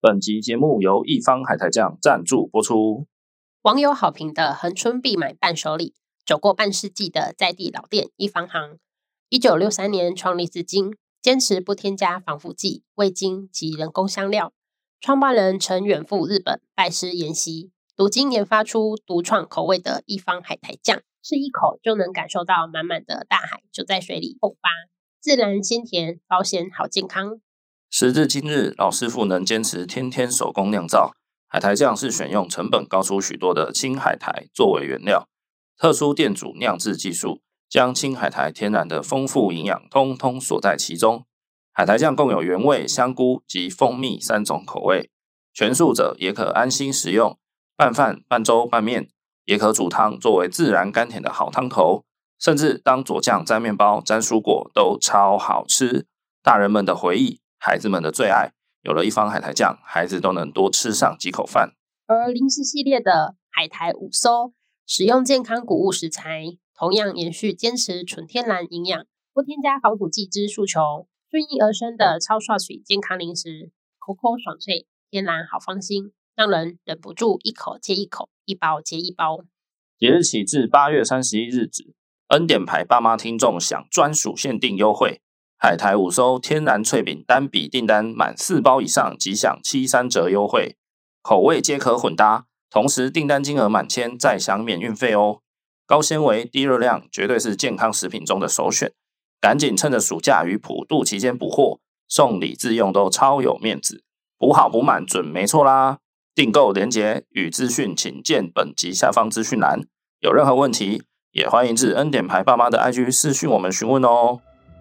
本集节目由一方海苔酱赞助播出。 网友好评的恒春必买伴手礼，走过半世纪的在地老店一方行，1963年创立至今，坚持不添加防腐剂、味精及人工香料。创办人曾远赴日本拜师研习，如今研发出独创口味的一方海苔酱，吃一口就能感受到满满的大海就在水里迸发，自然鲜甜，保险好健康。 时至今日，老师傅能坚持天天手工酿造海苔酱，是选用成本高出许多的青海苔作为原料，特殊店主酿制技术将青海苔天然的丰富营养通通锁在其中。海苔酱共有原味、香菇及蜂蜜3种口味，全素者也可安心食用，拌饭、拌粥、拌面，也可煮汤作为自然甘甜的好汤头，甚至当佐酱沾面包、沾蔬果都超好吃。大人们的回忆，孩子们的最爱，有了一方海苔酱，孩子都能多吃上几口饭。 而零食系列的海苔五收，使用健康谷物食材，同样延续坚持纯天然营养，不添加防腐剂之诉求，顺应而生的超刷水健康零食，口口爽脆，天然好放心，让人忍不住一口接一口，一包接一包。 即日起至8月31日止，恩典牌爸妈听众享专属限定优惠，海苔五收天然脆饼单笔订单满4包以上即享73折优惠，口味皆可混搭，同时订单金额满千再享免运费哦。高纤维低热量，绝对是健康食品中的首选，赶紧趁着暑假与普渡期间补货，送礼自用都超有面子，补好补满准没错啦。订购连结与资讯请见本集下方资讯栏，有任何问题也欢迎至恩典牌爸妈的 IG 私讯我们询问哦。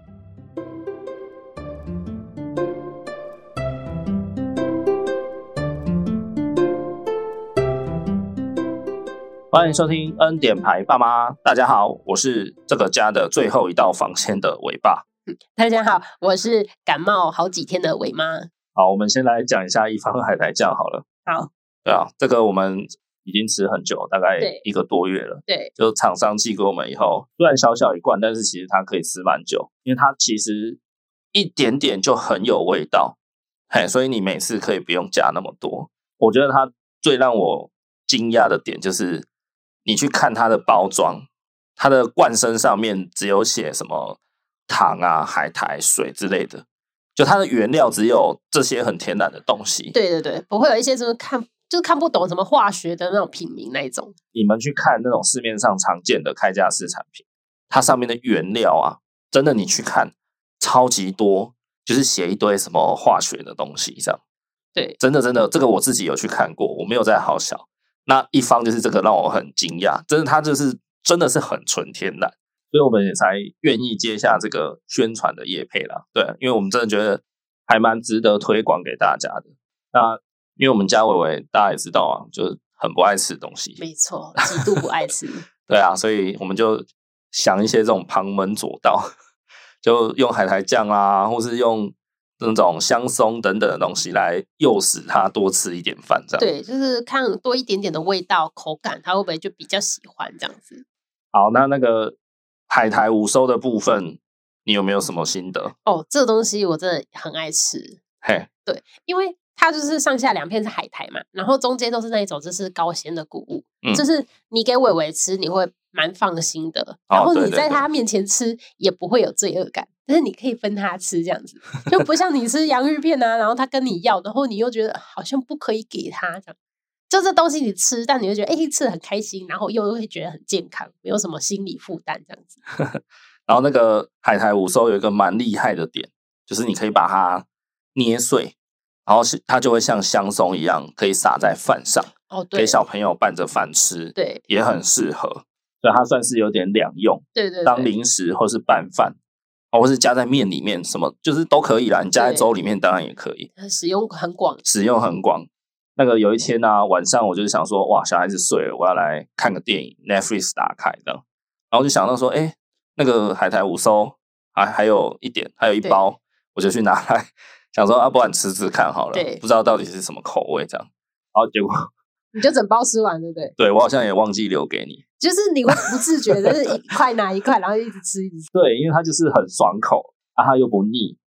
欢迎收听恩典牌爸妈，大家好，我是这个家的最后一道防线的伟爸。 大家好，我是感冒好几天的伟妈。 好，我们先来讲一下一方海苔酱好了。 好， 对啊，这个我们已经吃很久，大概1个多月了。 对， 就厂商寄给我们以后，虽然小小一罐，但是其实它可以吃蛮久，因为它其实一点点就很有味道，所以你每次可以不用加那么多。我觉得它最让我惊讶的点就是你去看它的包装，它的罐身上面只有写什么糖啊、海苔、水之类的，就它的原料只有这些很天然的东西。 对对对，不会有一些就是看不懂什么化学的那种品名那一种。 你们去看那种市面上常见的开架式产品，它上面的原料啊，真的你去看超级多，就是写一堆什么化学的东西这样。 对， 真的这个我自己有去看过，我没有在好小。那一方就是这个让我很惊讶，它就是真的是很纯天然，所以我们也才愿意接下这个宣传的业配啦。对，因为我们真的觉得还蛮值得推广给大家的。那因为我们家伟伟大家也知道啊，就是很不爱吃东西， 没错，极度不爱吃。 对啊，所以我们就想一些这种旁门左道，就用海苔酱啊，或是用那种香松等等的东西来诱使他多吃一点饭，这样。 对，就是看多一点点的味道、口感，他会不会就比较喜欢这样子？ 好，那个海苔五收的部分，你有没有什么心得？ 哦，这个东西我真的很爱吃。 嘿， 对，因为它就是上下2片是海苔嘛，然后中间都是那一种就是高纤的谷物，就是你给伟伟吃，你会蛮放心的，然后你在他面前吃也不会有罪恶感。但是你可以分他吃这样子，就不像你吃洋芋片啊，然后他跟你要，然后你又觉得好像不可以给他这样。就这东西你吃，但你会觉得吃得很开心，然后又会觉得很健康，没有什么心理负担这样子。 然后那个海苔五收有一个蛮厉害的点，就是你可以把它捏碎，然后它就会像香松一样，可以撒在饭上， 对， 给小朋友拌着饭吃， 对， 也很适合。所以它算是有点两用， 对对， 当零食或是拌饭。或是加在面里面，什么就是都可以啦。你加在粥里面当然也可以， 使用很广。 那个有一天啊，晚上我就是想说，哇，小孩子睡了，我要来看个电影 ，Netflix 打开这样，然后就想到说，那个海苔五收还有一包，我就去拿来，想说不然吃吃看好了，不知道到底是什么口味这样，然后结果你就整包吃完，对不对？ 对，我好像也忘记留给你。 就是你会不自觉的，是一块拿一块，然后一直吃一直吃。 对，因为它就是很爽口，它又不腻，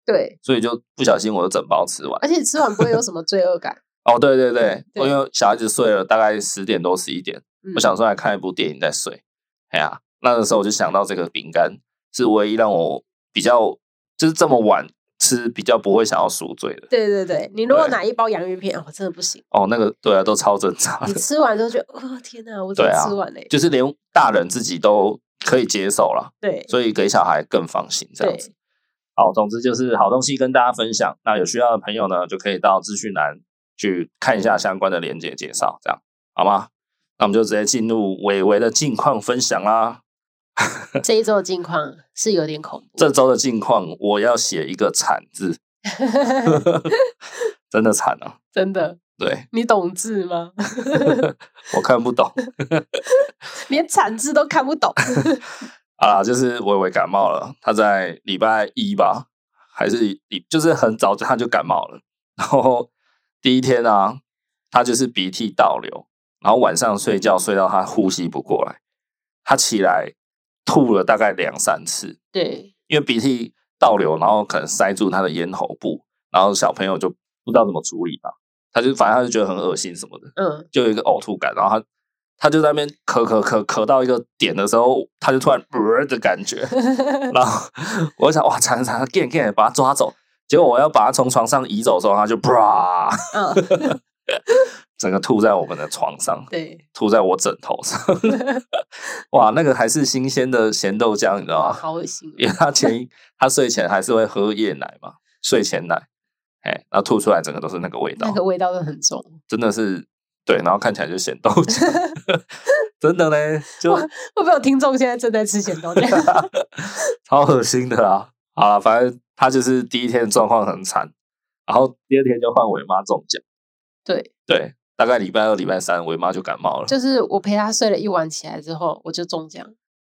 对， 所以就不小心我就整包吃完。 而且吃完不会有什么罪恶感。 哦，对对对，因为小孩子睡了大概10点多11点，我想说来看一部电影再睡。哎呀，那个时候我就想到这个饼干是唯一让我比较就是这么晚吃比较不会想要赎罪的。 对对对，你如果拿一包洋芋片，真的不行。 哦，那个对啊，都超挣扎的。 你吃完之后觉得，天哪，我怎么吃完嘞？ 就是连大人自己都可以接受了。 对， 所以给小孩更放心这样子。好，总之就是好东西跟大家分享。那有需要的朋友呢，就可以到资讯栏去看一下相关的连结介绍，这样好吗？那我们就直接进入伟伟的近况分享啦。 这一周的近况是有点恐怖。 这周的近况，我要写一个惨字，真的惨啊！ 真的。 对， 你懂字吗？ 我看不懂， 连惨字都看不懂。 啊，就是伟伟感冒了，他在礼拜1吧，还是就是很早他就感冒了，然后第一天啊，他就是鼻涕倒流，然后晚上睡觉睡到他呼吸不过来，他起来吐了大概2-3次。 对， 因为鼻涕倒流，然后可能塞住他的咽喉部，然后小朋友就不知道怎么处理吧，反正他就觉得很恶心什么的，就有一个呕吐感，然后他就在那边咳到一个点的时候，他就突然的感觉，然后我就想哇，惨，把他抓走，结果我要把他从床上移走的时候，他就整个吐在我们的床上， 对， 吐在我枕头上，哇，那个还是新鲜的咸豆浆，你知道吗？ 好恶心！ 因为他睡前还是会喝夜奶嘛，睡前奶，然后吐出来整个都是那个味道， 那个味道都很重， 真的是对，然后看起来就咸豆浆，真的嘞，就会不会有听众现在正在吃咸豆浆？ 超恶心的啦！好啦，反正他就是第一天的状况很惨，然后第2天就换伟妈中奖，对。大概礼拜2、礼拜3，伟妈就感冒了。 就是我陪她睡了1晚，起来之后我就中奖。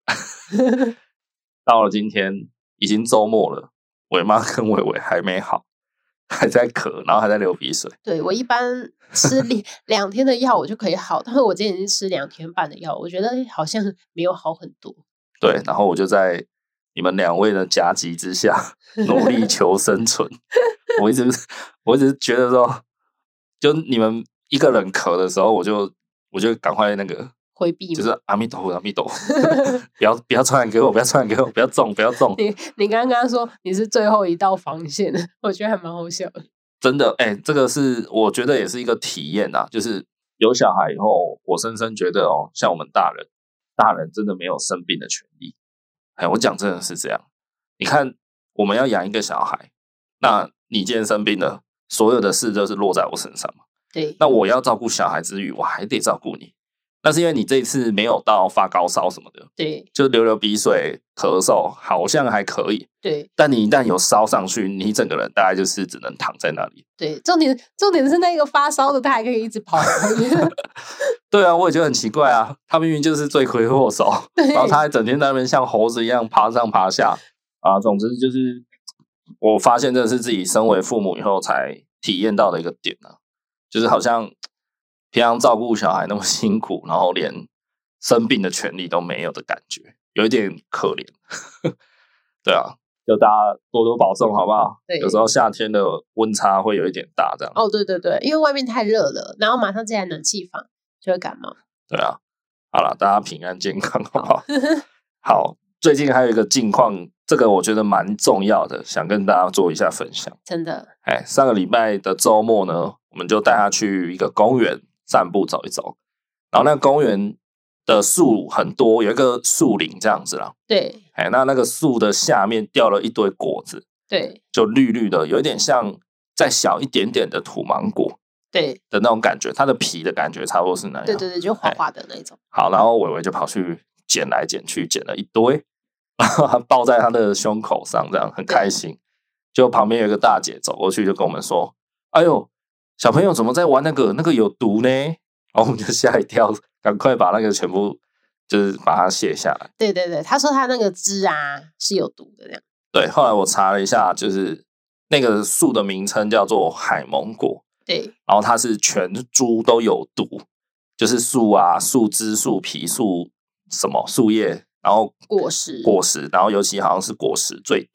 到了今天，已经周末了，伟妈跟伟伟还没好，还在咳，然后还在流鼻水。 对，我一般吃2天的药我就可以好，但是我今天已经吃2天半的药，我觉得好像没有好很多。 对，然后我就在你们2位的夹击之下努力求生存。我一直觉得说，就你们一个人咳的时候，我就赶快那个回避， 就是阿弥陀佛，阿弥陀佛，不要传染给我，不要传染给我，不要中。 你刚刚说你是最后一道防线，我觉得还蛮好笑的。 真的，这个是我觉得也是一个体验啊，就是有小孩以后，我深深觉得像我们大人真的没有生病的权利。我讲真的是这样。你看，我们要养一个小孩，那你今天生病了，所有的事都是落在我身上嘛。 对， 那我要照顾小孩之余，我还得照顾你。那是因为你这一次没有到发高烧什么的，对，就流鼻水、咳嗽，好像还可以。对，但你一旦有烧上去，你整个人大概就是只能躺在那里。 对，重点是那个发烧的，他还可以一直跑。 对啊，我也觉得很奇怪啊，他明明就是罪魁祸首，然后他还整天在那边像猴子一样爬上爬下啊。总之就是，我发现这是自己身为父母以后才体验到的一个点啊。就是好像平常照顾小孩那么辛苦，然后连生病的权利都没有的感觉，有一点可怜。对啊，就大家多多保重好不好？有时候夏天的温差会有一点大，这样。 哦，对对对，因为外面太热了，然后马上进来冷气房就会感冒。 对啊，好了，大家平安健康好不好？好，最近还有一个近况，这个我觉得蛮重要的，想跟大家做一下分享。 真的， 上个礼拜的周末呢，我们就带他去一个公园散步走一走，然后那个公园的树很多，有一个树林这样子啦。对，那个树的下面掉了一堆果子，对，就绿绿的，有一点像再小一点点的土芒果，对的那种感觉，它的皮的感觉差不多是那样。对对对，就滑滑的那种。好，然后伟伟就跑去捡来捡去，捡了一堆，然后他抱在他的胸口上，这样很开心。就旁边有一个大姐走过去，就跟我们说：“哎呦，小朋友怎么在玩那个有毒呢？”然后我们就吓一跳，赶快把那个全部就是把它卸下来。对对对，他说他那个枝啊是有毒的，这样。对，后来我查了一下，就是那个树的名称叫做海蒙果。对，然后它是全株都有毒，就是树啊、树枝、树皮、树什么树叶，然后果实，然后尤其好像是果实最毒。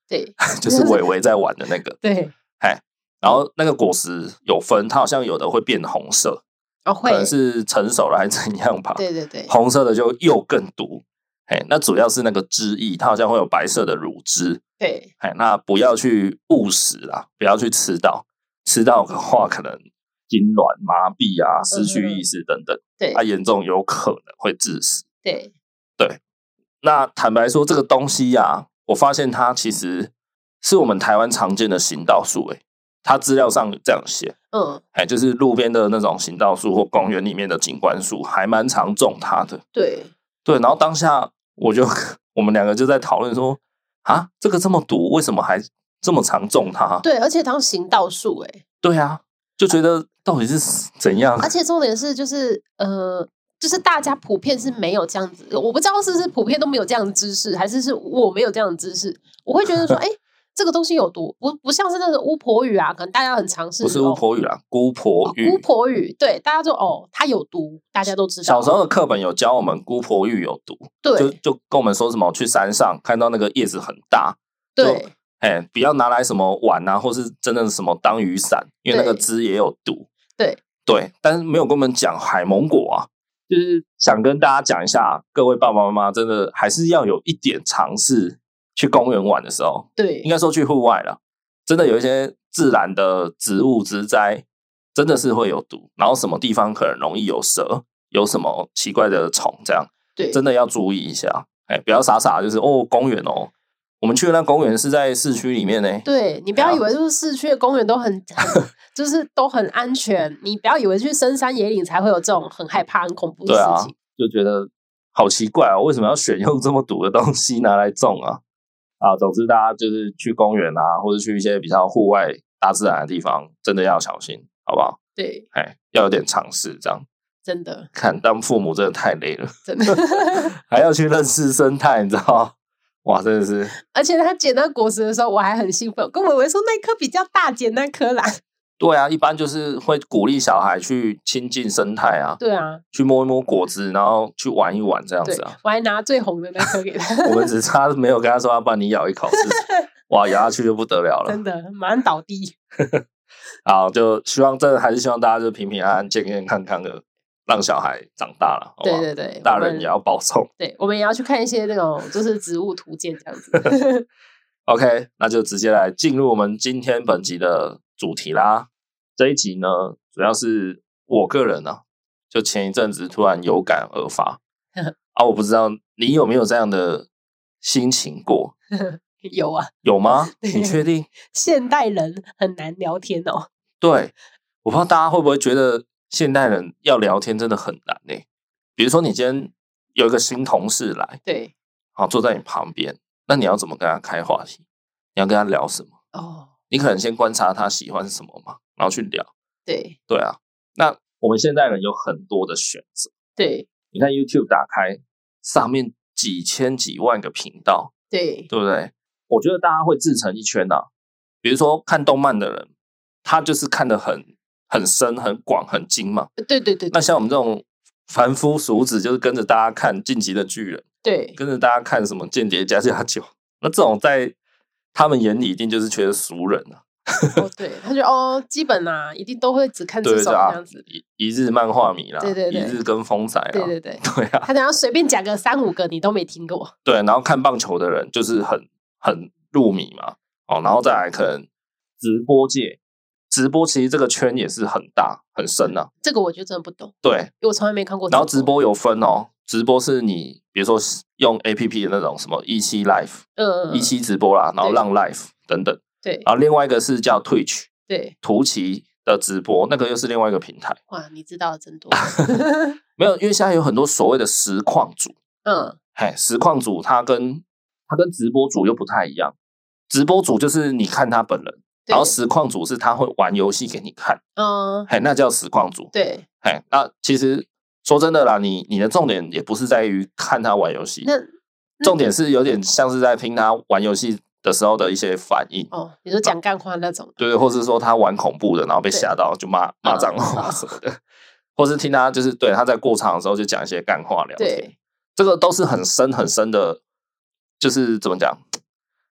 对， 就是伟伟在玩的那个。 对， 然后那个果实有分，它好像有的会变红色， 会可能是成熟了还是怎样吧。 对对对， 红色的就又更毒。那主要是那个汁液，它好像会有白色的乳汁。 对， 那不要去误食啦，不要去吃到的话，可能痉挛、麻痹啊、失去意识等等。 对， 它严重有可能会致死。 对。 那坦白说，这个东西啊，我发现它其实是我们台湾常见的行道树。它资料上这样写，就是路边的那种行道树或公园里面的景观树，还蛮常种它的。对，然后当下我们两个就在讨论说，啊，这个这么毒，为什么还这么常种它？ 对，而且当行道树， 对啊，就觉得到底是怎样？ 而且重点是，就是大家普遍是没有这样子，我不知道是不是普遍都没有这样的知识，还是我没有这样的知识，我会觉得说，这个东西有毒，不像是那个巫婆语啊，可能大家很常试。 不是巫婆语啦，姑婆语。 姑婆语，对，大家就它有毒，大家都知道。 小时候的课本有教我们姑婆语有毒， 对， 就跟我们说什么去山上看到那个叶子很大， 对， 不要拿来什么碗啊，或是真的什么当雨伞，因为那个汁也有毒。对，但是没有跟我们讲海芒果啊，就是想跟大家讲一下，各位爸爸妈妈真的还是要有一点尝试。去公园玩的时候，对，应该说去户外啦，真的有一些自然的植物植栽真的是会有毒，然后什么地方可能容易有蛇，有什么奇怪的虫，这样，对，真的要注意一下。不要傻傻就是公园我们去的那公园是在市区里面呢。对，你不要以为就是市区的公园都很就是都很安全，你不要以为去深山野岭才会有这种很害怕很恐怖的事情。就觉得好奇怪为什么要选用这么毒的东西拿来种啊？总之大家就是去公园啊，或者去一些比较户外大自然的地方，真的要小心，好不好？对，要有点尝试，这样真的。看当父母真的太累了，真的还要去认识生态，你知道吗？哇，真的是！而且他捡那果实的时候，我还很兴奋，跟伟伟说那颗比较大，捡那颗啦。对啊，一般就是会鼓励小孩去亲近生态啊，对啊，去摸一摸果子，然后去玩一玩这样子啊。我还拿最红的那颗给他，我们只差没有跟他说要帮你咬一口，哇，咬下去就不得了了，真的马上倒地。好，就希望真的还是希望大家就平平安安、健健康康的，让小孩长大了。对对对，大人也要保重。对，我们也要去看一些那种就是植物图鉴这样子。OK， 那就直接来进入我们今天本集的主题啦。这一集呢，主要是我个人啊，就前一阵子突然有感而发我不知道你有没有这样的心情过？有啊，有吗？你确定？现代人很难聊天哦。对，我不知道大家会不会觉得现代人要聊天真的很难欸。比如说你今天有一个新同事来，对，坐在你旁边，那你要怎么跟他开话题？你要跟他聊什么？你可能先观察他喜欢什么嘛，然后去聊。对啊，那我们现代人有很多的选择。对，你看 YouTube 打开，上面几千几万个频道，对不对？我觉得大家会自成一圈啊。比如说看动漫的人，他就是看得很深、很广、很精嘛。对。那像我们这种凡夫俗子，就是跟着大家看《进击的巨人》，对，跟着大家看什么《间谍加加酒》，那这种在他们眼里一定就是觉得俗人啊。对，他觉得基本啊，一定都会只看这种这样子。一日漫画迷啦，对，一日跟风仔啦，对啊。他等下随便讲个3-5个你都没听过。对，然后看棒球的人就是很入迷嘛，然后再来可能直播界，直播其实这个圈也是很大很深啊。这个我就真的不懂，对，因为我从来没看过。然后直播有分直播是你比如说用 APP 的那种什么17 Live， 17直播啦，然后让 Live 等等。对，然后另外一个是叫 Twitch， 对，图奇的直播，那个又是另外一个平台。哇，你知道的真多。没有，因为现在有很多所谓的实况主，实况主他跟直播主又不太一样。直播主就是你看他本人，然后实况主是他会玩游戏给你看，那叫实况主。对，那其实说真的啦，你的重点也不是在于看他玩游戏，重点是有点像是在听他玩游戏的时候的一些反应。你说讲干话那种。对，或是说他玩恐怖的，然后被吓到就骂脏话什么的，或是听他就是对他在过场的时候就讲一些干话聊天，这个都是很深很深的，就是怎么讲，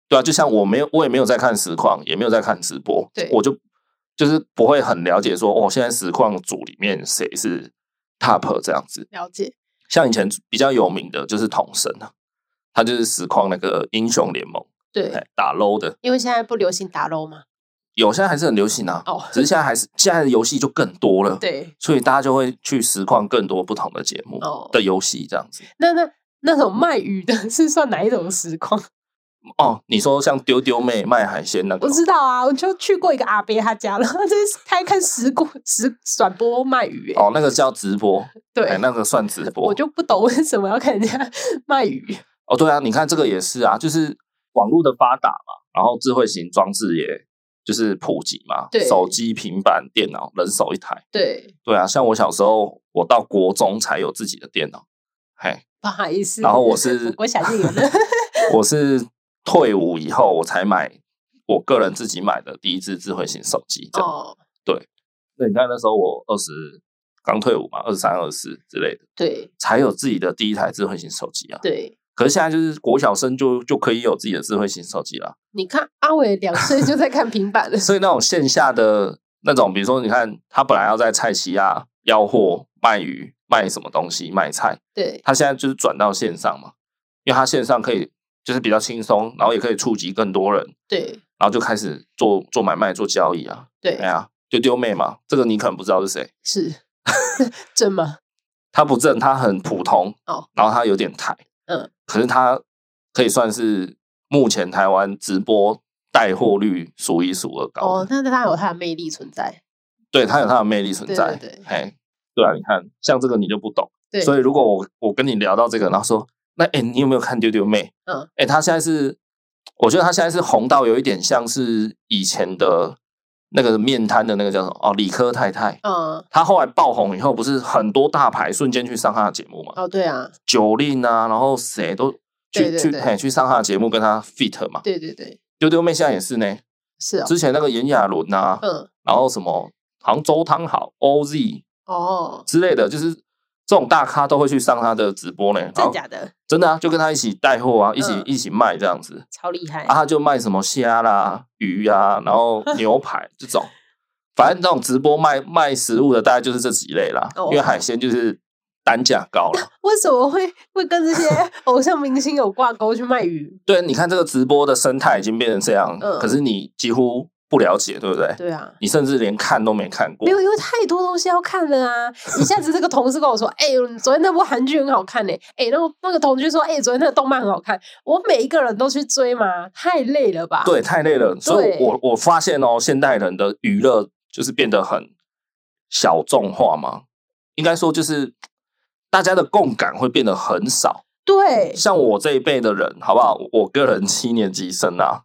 对啊，就像我也没有在看实况，也没有在看直播， 对， 我就是不会很了解说现在实况组里面谁是 top 这样子。 了解。 像以前比较有名的就是统神啊，他就是实况那个英雄联盟， 对， 打 low 的。 因为现在不流行打 low 嘛， 有现在还是很流行啊，只是现在的游戏就更多了， 对， 所以大家就会去实况更多不同的节目的游戏这样子。 那种卖鱼的是算哪一种实况？ 你说像丢丢妹卖海鲜那个？ 我知道啊，我就去过一个阿伯他家了，他还看实转播卖鱼那个叫直播，对，那个算直播。 我就不懂为什么要看人家卖鱼。 对啊，你看这个也是啊，就是网络的发达嘛，然后智慧型装置也就是普及嘛，手机、平板、电脑，人手一台。对啊，像我小时候，我到国中才有自己的电脑， 不好意思。 然后我是我想念人， 我是退伍以后我才买我个人自己买的第一支智慧型手机。对，那你看那时候我刚退伍嘛，23、24之类的， 对， 才有自己的第一台智慧型手机啊。 对。 可是现在就是国小生就可以有自己的智慧型手机了。 你看阿伟2岁就在看平板了， 所以那种线下的那种，比如说你看他本来要在菜市啊吆喝卖鱼卖什么东西卖菜， 对， 他现在就是转到线上嘛，因为他线上可以就是比较轻松，然后也可以触及更多人， 对， 然后就开始做买卖做交易啊。 对， 丢丢妹嘛，这个你可能不知道是谁， 是正吗？ 他不正，他很普通然后他有点台。可是他可以算是目前台湾直播带货率数一数二高的。 那他有他的魅力存在。 对，他有他的魅力存在。对啊，你看像这个你就不懂。所以如果我跟你聊到这个，然后说那你有没有看丢丢妹？他现在是，我觉得他现在是红到有一点像是以前的那个面摊的那个叫什么理科太太。他后来爆红以后，不是很多大牌瞬间去上他的节目嘛？对啊，九令啊，然后谁都去上他的节目跟他 fit 嘛。对，丢丢妹现在也是呢。是之前那个炎亚纶啊，然后什么好像周汤豪 OZ 之类的，就是这种大咖都会去上他的直播呢。 真的假的？ 真的啊，就跟他一起带货啊，一起卖这样子， 超厉害他就卖什么虾啦、鱼啊，然后牛排这种，反正这种直播卖食物的大概就是这几类啦。因为海鲜就是单价高了。 为什么会跟这些偶像明星有挂钩去卖鱼？ 对，你看这个直播的生态已经变成这样，可是你几乎不了解，对不对？ 对啊， 你甚至连看都没看过。 没有，因为太多东西要看了啊！一下子这个同事跟我说：“昨天那部韩剧很好看呢。”那个同事说：“昨天那个动漫很好看。”我每一个人都去追嘛，太累了吧？ 对，太累了。所以我发现现代人的娱乐就是变得很小众化嘛，应该说就是大家的共感会变得很少。 对， 像我这一辈的人，好不好？我个人7年级生啊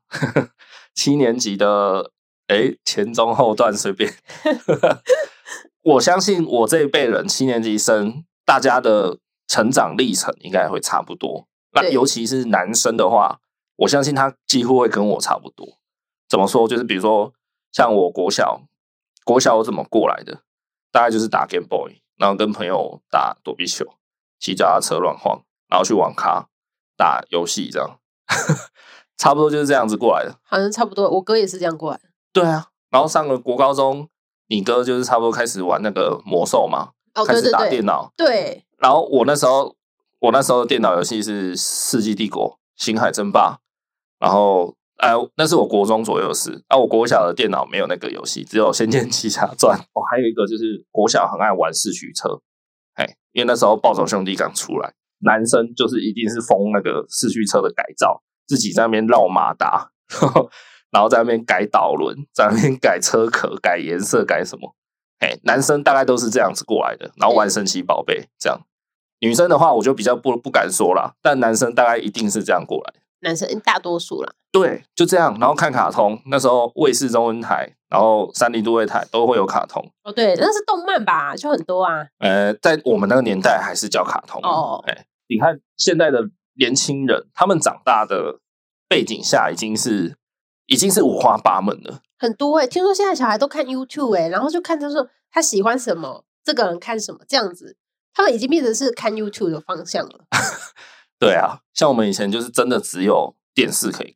，7年级的。前中后段随便我相信我这一辈人7年级生，大家的成长历程应该会差不多。那尤其是男生的话，我相信他几乎会跟我差不多。怎么说？就是比如说像我国小我怎么过来的，大概就是打 Game Boy， 然后跟朋友打躲避球，骑脚踏车乱晃，然后去网咖打游戏这样差不多就是这样子过来的。 好像差不多，我哥也是这样过来的。 对啊，然后上了国高中，你哥就是差不多开始玩那个魔兽嘛，开始打电脑。 对， 然后我那时候的电脑游戏是《世纪帝国》《星海争霸》，然后那是我国中左右的事。我国小的电脑没有那个游戏，只有《仙剑奇侠传》。还有一个就是国小很爱玩四驱车，因为那时候暴走兄弟刚出来，男生就是一定是疯那个四驱车的改造，自己在那边绕马达。然后在那边改导轮，在那边改车壳、改颜色、改什么？男生大概都是这样子过来的，然后玩神奇宝贝这样。女生的话，我就比较不敢说啦，但男生大概一定是这样过来的。 男生大多数啦。 对，就这样。然后看卡通，那时候卫视中文台，然后30都会台都会有卡通。 对，那是动漫吧，就很多啊。 在我们那个年代还是叫卡通。你看现在的年轻人，他们长大的背景下已经是五花八门了， 很多听说现在小孩都看 YouTube 然后就看他说他喜欢什么，这个人看什么，这样子，他们已经变成是看 YouTube 的方向了。 对啊，像我们以前就是真的只有电视可以看。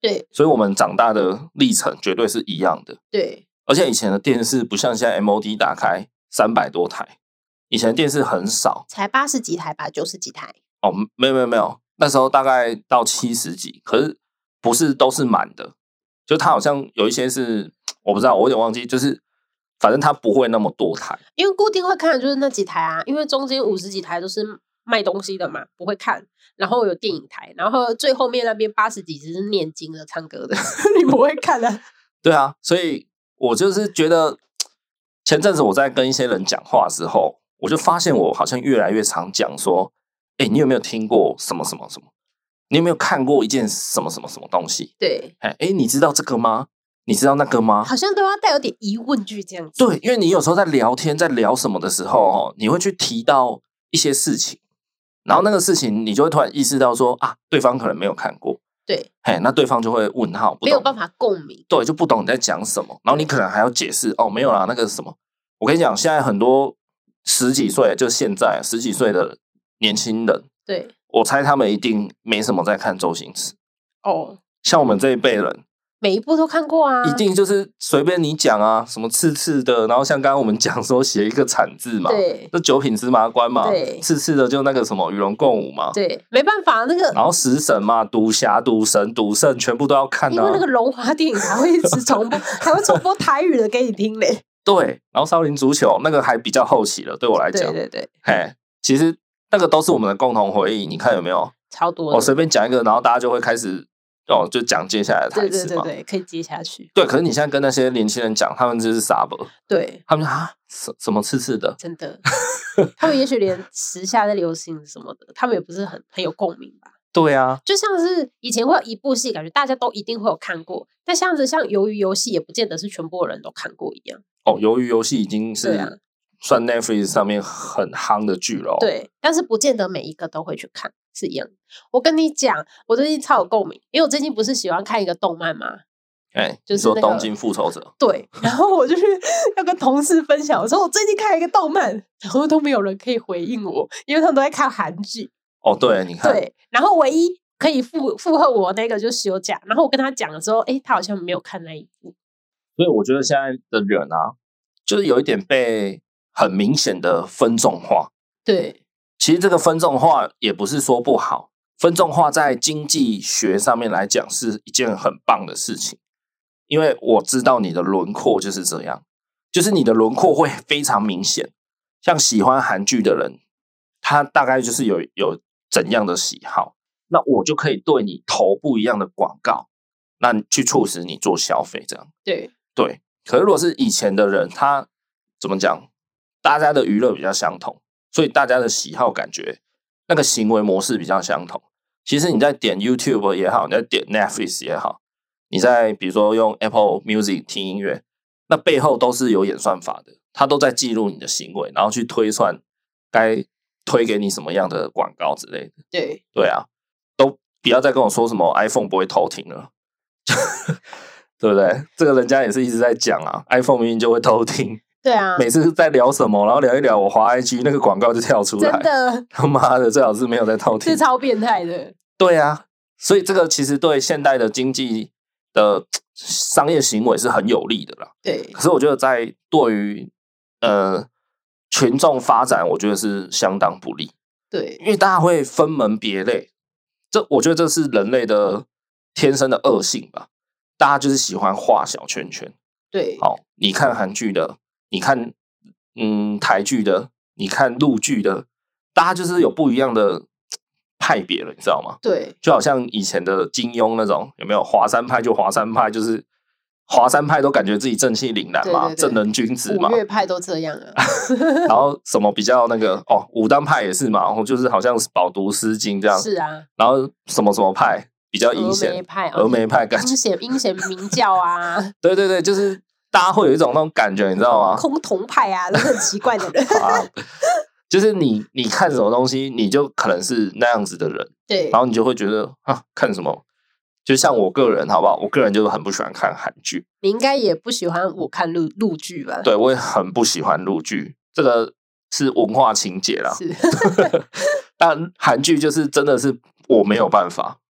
对， 所以我们长大的历程绝对是一样的。 对， 而且以前的电视不像现在 MOD 打开300多台，以前的电视很少， 才80几台吧，90几台。 哦，没有，那时候大概到70几，可是不是都是满的，就它好像有一些是我不知道，我有点忘记，就是反正它不会那么多台， 因为固定会看的就是那几台啊，因为中间50几台都是卖东西的嘛，不会看。然后有电影台，然后最后面那边80几只是念经的、唱歌的，你不会看啊？ 对啊，所以我就是觉得前阵子我在跟一些人讲话之后，我就发现我好像越来越常讲说，你有没有听过什么什么什么？你有没有看过一件什么什么什么东西？ 对， 你知道这个吗？你知道那个吗？ 好像都要带有点疑问句这样子。 对，因为你有时候在聊天，在聊什么的时候，你会去提到一些事情，然后那个事情你就会突然意识到说啊，对方可能没有看过。 对， 那对方就会问号，不懂， 没有办法共鸣。 对，就不懂你在讲什么，然后你可能还要解释哦，没有啦，那个是什么？我跟你讲，现在很多10几岁，就现在10几岁的年轻人， 对， 我猜他们一定没什么在看周星驰。 哦， 像我们这一辈人， 每一部都看过啊， 一定就是随便你讲啊，什么刺刺的，然后像刚刚我们讲说写一个惨字嘛， 对， 这九品芝麻官嘛， 对， 刺刺的就那个什么与龙共舞嘛， 对，没办法，那个然后食神嘛，赌侠、赌神、赌圣，全部都要看啊， 因为那个龙华电影还会一直重播，还会重播台语的给你听嘞。 对，然后少林足球那个还比较后期了，对我来讲， 对， 其实那个都是我们的共同回忆，你看有没有？ 超多的， 我随便讲一个，然后大家就会开始就讲接下来的台词嘛。 对，可以接下去。 对，可是你现在跟那些年轻人讲，他们就是傻伯， 对， 他们什么刺刺的， 真的，他们也许连时下在流行什么的，他们也不是很有共鸣吧。 对啊， 就像是以前会有一部戏，感觉大家都一定会有看过，但像鱿鱼游戏，也不见得是全部人都看过一样。 鱿鱼游戏已经是算 Netflix 上面很夯的剧了。 对，但是不见得每一个都会去看，是一样的。我跟你讲，我最近超有共鸣，因为我最近不是喜欢看一个动漫吗？就是说东京复仇者。 对，然后我就是要跟同事分享，我说我最近看了一个动漫，然后都没有人可以回应我，因为他们都在看韩剧。 哦，对，你看， 对，然后唯一可以附和我那个就是休假，然后我跟他讲的时候，他好像没有看那一部。 所以我觉得现在的人啊，就是有一点被很明显的分众化。 对， 其实这个分众化也不是说不好，分众化在经济学上面来讲是一件很棒的事情，因为我知道你的轮廓就是这样，就是你的轮廓会非常明显。像喜欢韩剧的人，他大概就是有怎样的喜好，那我就可以对你投不一样的广告，那去促使你做消费，这样。对，可是如果是以前的人，他怎么讲？大家的娱乐比较相同，所以大家的喜好感觉那个行为模式比较相同。其实你在点 YouTube 也好，你在点 Netflix 也好，你在比如说用 Apple Music 听音乐，那背后都是有演算法的，它都在记录你的行为，然后去推算该推给你什么样的广告之类的。对啊，都不要再跟我说什么 iPhone 不会偷听了。对不对？这个人家也是一直在讲啊 ，iPhone 明明就会偷听。 对啊， 每次在聊什么，然后聊一聊，我滑 IG 那个广告就跳出来， 真的， 他妈的，最好是没有在偷听， 是超变态的。 对啊，所以这个其实对现代的经济的商业行为是很有利的啦。 对， 可是我觉得在对于群众发展，我觉得是相当不利。 对， 因为大家会分门别类，我觉得这是人类的天生的恶性吧。大家就是喜欢画小圈圈。 对， 好，你看韩剧的，你看台剧的，你看陆剧的，大家就是有不一样的派别了，你知道吗？ 对， 就好像以前的金庸那种，有没有华山派就华山派，就是华山派都感觉自己正气凛然嘛， 对正人君子嘛。 五岳派都这样啊。 然后什么比较那个武当派也是嘛，然后就是好像是饱读诗经这样。 是啊。 然后什么派比较阴险，峨眉派感觉阴险明教啊。 对，就是大家会有一种那种感觉，你知道吗？ 崆峒派啊，都是很奇怪的人。 就是你看什么东西，你就可能是那样子的人。 对， 然后你就会觉得看什么，就像我个人好不好？我个人就很不喜欢看韩剧。 你应该也不喜欢我看陆剧吧？ 对，我也很不喜欢陆剧，这个是文化情节啦。 是， 但韩剧就是真的是我没有办法。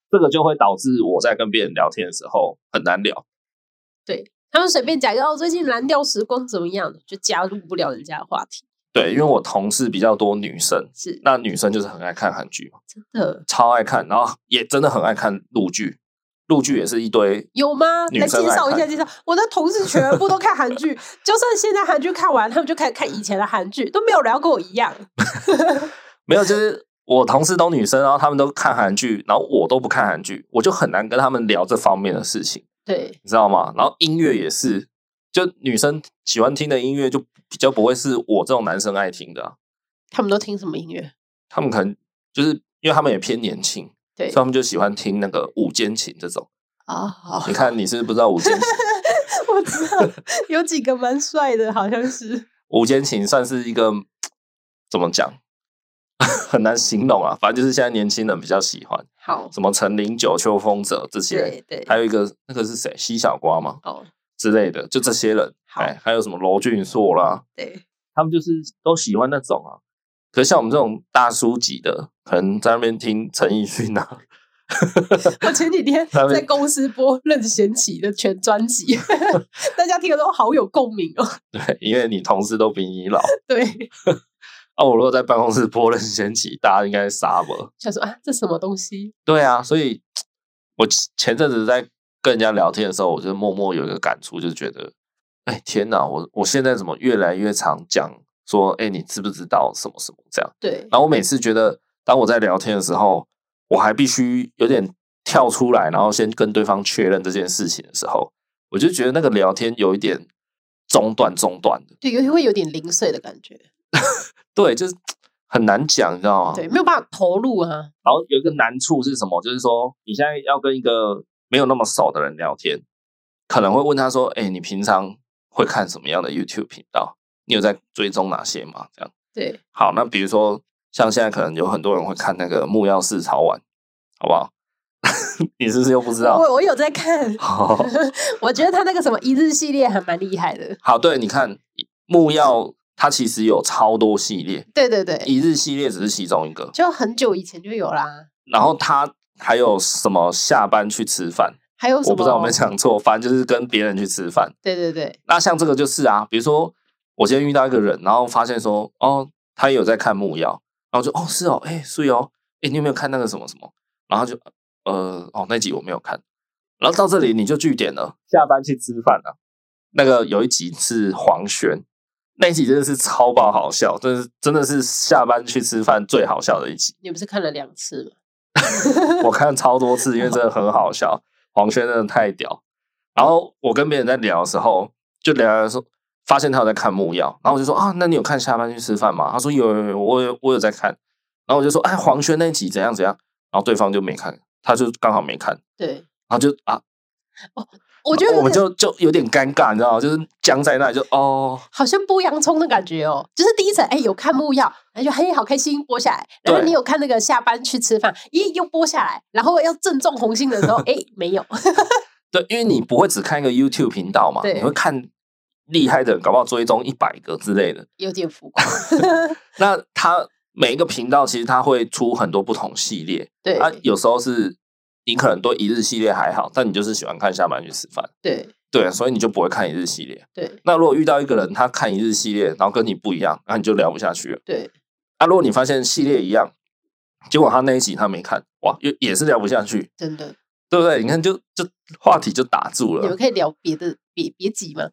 这个就会导致我在跟别人聊天的时候很难聊。 对，他们随便讲一个最近蓝调时光怎么样的，就加入不了人家的话题。 对，因为我同事比较多女生， 是那女生就是很爱看韩剧嘛， 真的超爱看，然后也真的很爱看陆剧。陆剧也是一堆有吗？来介绍一下，介绍我的同事全部都看韩剧，就算现在韩剧看完，他们就开始看以前的韩剧，都没有人要跟我一样。 没有，就是我同事都女生，然后他们都看韩剧，然后我都不看韩剧，我就很难跟他们聊这方面的事情。 对， 你知道吗？然后音乐也是，就女生喜欢听的音乐就比较不会是我这种男生爱听的啊。 他们都听什么音乐？ 他们可能就是因为他们也偏年轻。 对， 所以他们就喜欢听那个五间琴这种啊。 你看，你是不是不知道五间琴？ 我知道有几个蛮帅的，好像是五间琴算是一个怎么讲，很难形容啊。反正就是现在年轻人比较喜欢， 好什么陈零九、邱锋哲这些， 对， 还有一个那个是谁？西小瓜吗？ 哦之类的，就这些人。还有什么罗俊硕啦， 对， 他们就是都喜欢那种啊。可是像我们这种大叔级的，可能在那边听陈奕迅啊。 我前几天在公司播任贤齐的全专辑，大家听了都好有共鸣哦。 对，因为你同事都比你老。 对。 我如果在办公室播任贤齐，大家应该傻了， 想说这什么东西？ 对啊，所以我前阵子在跟人家聊天的时候，我就默默有一个感触，就是觉得，天哪，我现在怎么越来越常讲说，你知不知道什么什么这样？ 对。 然后我每次觉得，当我在聊天的时候，我还必须有点跳出来，然后先跟对方确认这件事情的时候，我就觉得那个聊天有一点中断的， 对，会有点零碎的感觉。 对，就是很难讲，你知道吗？ 对，没有办法投入啊。 然后有一个难处是什么？就是说，你现在要跟一个没有那么熟的人聊天，可能会问他说：“你平常会看什么样的 YouTube 频道？你有在追踪哪些吗？”这样。 对。 好，那比如说，像现在可能有很多人会看那个木曜4超玩，好不好？你是不是又不知道？ 我有在看。我觉得他那个什么一日系列还蛮厉害的。 好，对，你看木曜。它其实有超多系列， 对， 一日系列只是其中一个， 就很久以前就有啦。 然后它还有什么下班去吃饭， 还有什么我不知道有没有讲错，反正就是跟别人去吃饭。 对。 那像这个就是啊，比如说我今天遇到一个人，然后发现说，他也有在看木曜，然后就是哦，所以你有没有看那个什么什么？然后就那集我没有看，然后到这里你就据点了，下班去吃饭啊。那个有一集是黄轩。那一集真的是超爆好笑，真的是下班去吃饭最好笑的一集。 你不是看了2次吗？ 我看超多次，因为真的很好笑。黄轩真的太屌。然后我跟别人在聊的时候，就聊说，发现他有在看木曜，然后我就说那你有看下班去吃饭吗？他说有，我有在看。然后我就说黄轩那一集怎样怎样，然后对方就没看，他就刚好没看。 对， 然后就我觉得我们就有点尴尬，你知道吗？就是僵在那里，就好像剥洋葱的感觉哦。就是第一层有看木曜，然后就好开心剥下来，然后你有看那个下班去吃饭，又剥下来，然后要正中红心的时候，没有。 对，因为你不会只看一个 YouTube 频道嘛，你会看厉害的人，搞不好追踪100个之类的， 有点浮夸。 那他每一个频道其实他会出很多不同系列， 对， 有时候是。你可能对一日系列还好，但你就是喜欢看下班去吃饭，对，所以你就不会看一日系列。 对， 那如果遇到一个人他看一日系列，然后跟你不一样，那你就聊不下去了。 对， 如果你发现系列一样，结果他那一集他没看，哇，也是聊不下去， 真的， 对不对？你看就话题就打住了。 你们可以聊别的别集吗？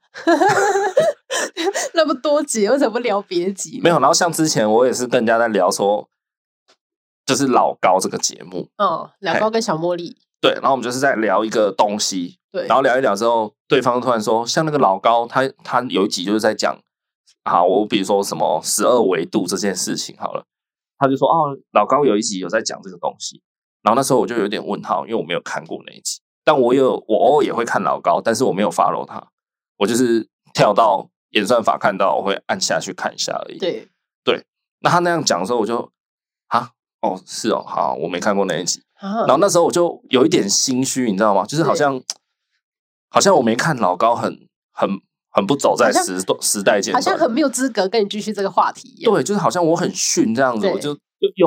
那么多集，为什么不聊别集？ 没有，然后像之前我也是跟人家在聊说。就是老高这个节目， 老高跟小茉莉， 对，然后我们就是在聊一个东西， 对， 然后聊一聊之后，对方突然说，像那个老高，他有一集就是在讲，我比如说什么12维度这件事情好了，他就说老高有一集有在讲这个东西，然后那时候我就有点问号，因为我没有看过那一集，但我偶尔也会看老高，但是我没有 follow 他，我就是跳到演算法看到，我会按下去看一下而已， 对， 那他那样讲的时候，我就是好，我没看过那一集，然后那时候我就有一点心虚，你知道吗？就是好像我没看老高很不走在时代尖端， 好像很没有资格跟你继续这个话题一样。 对，就是好像我很逊这样子，我就用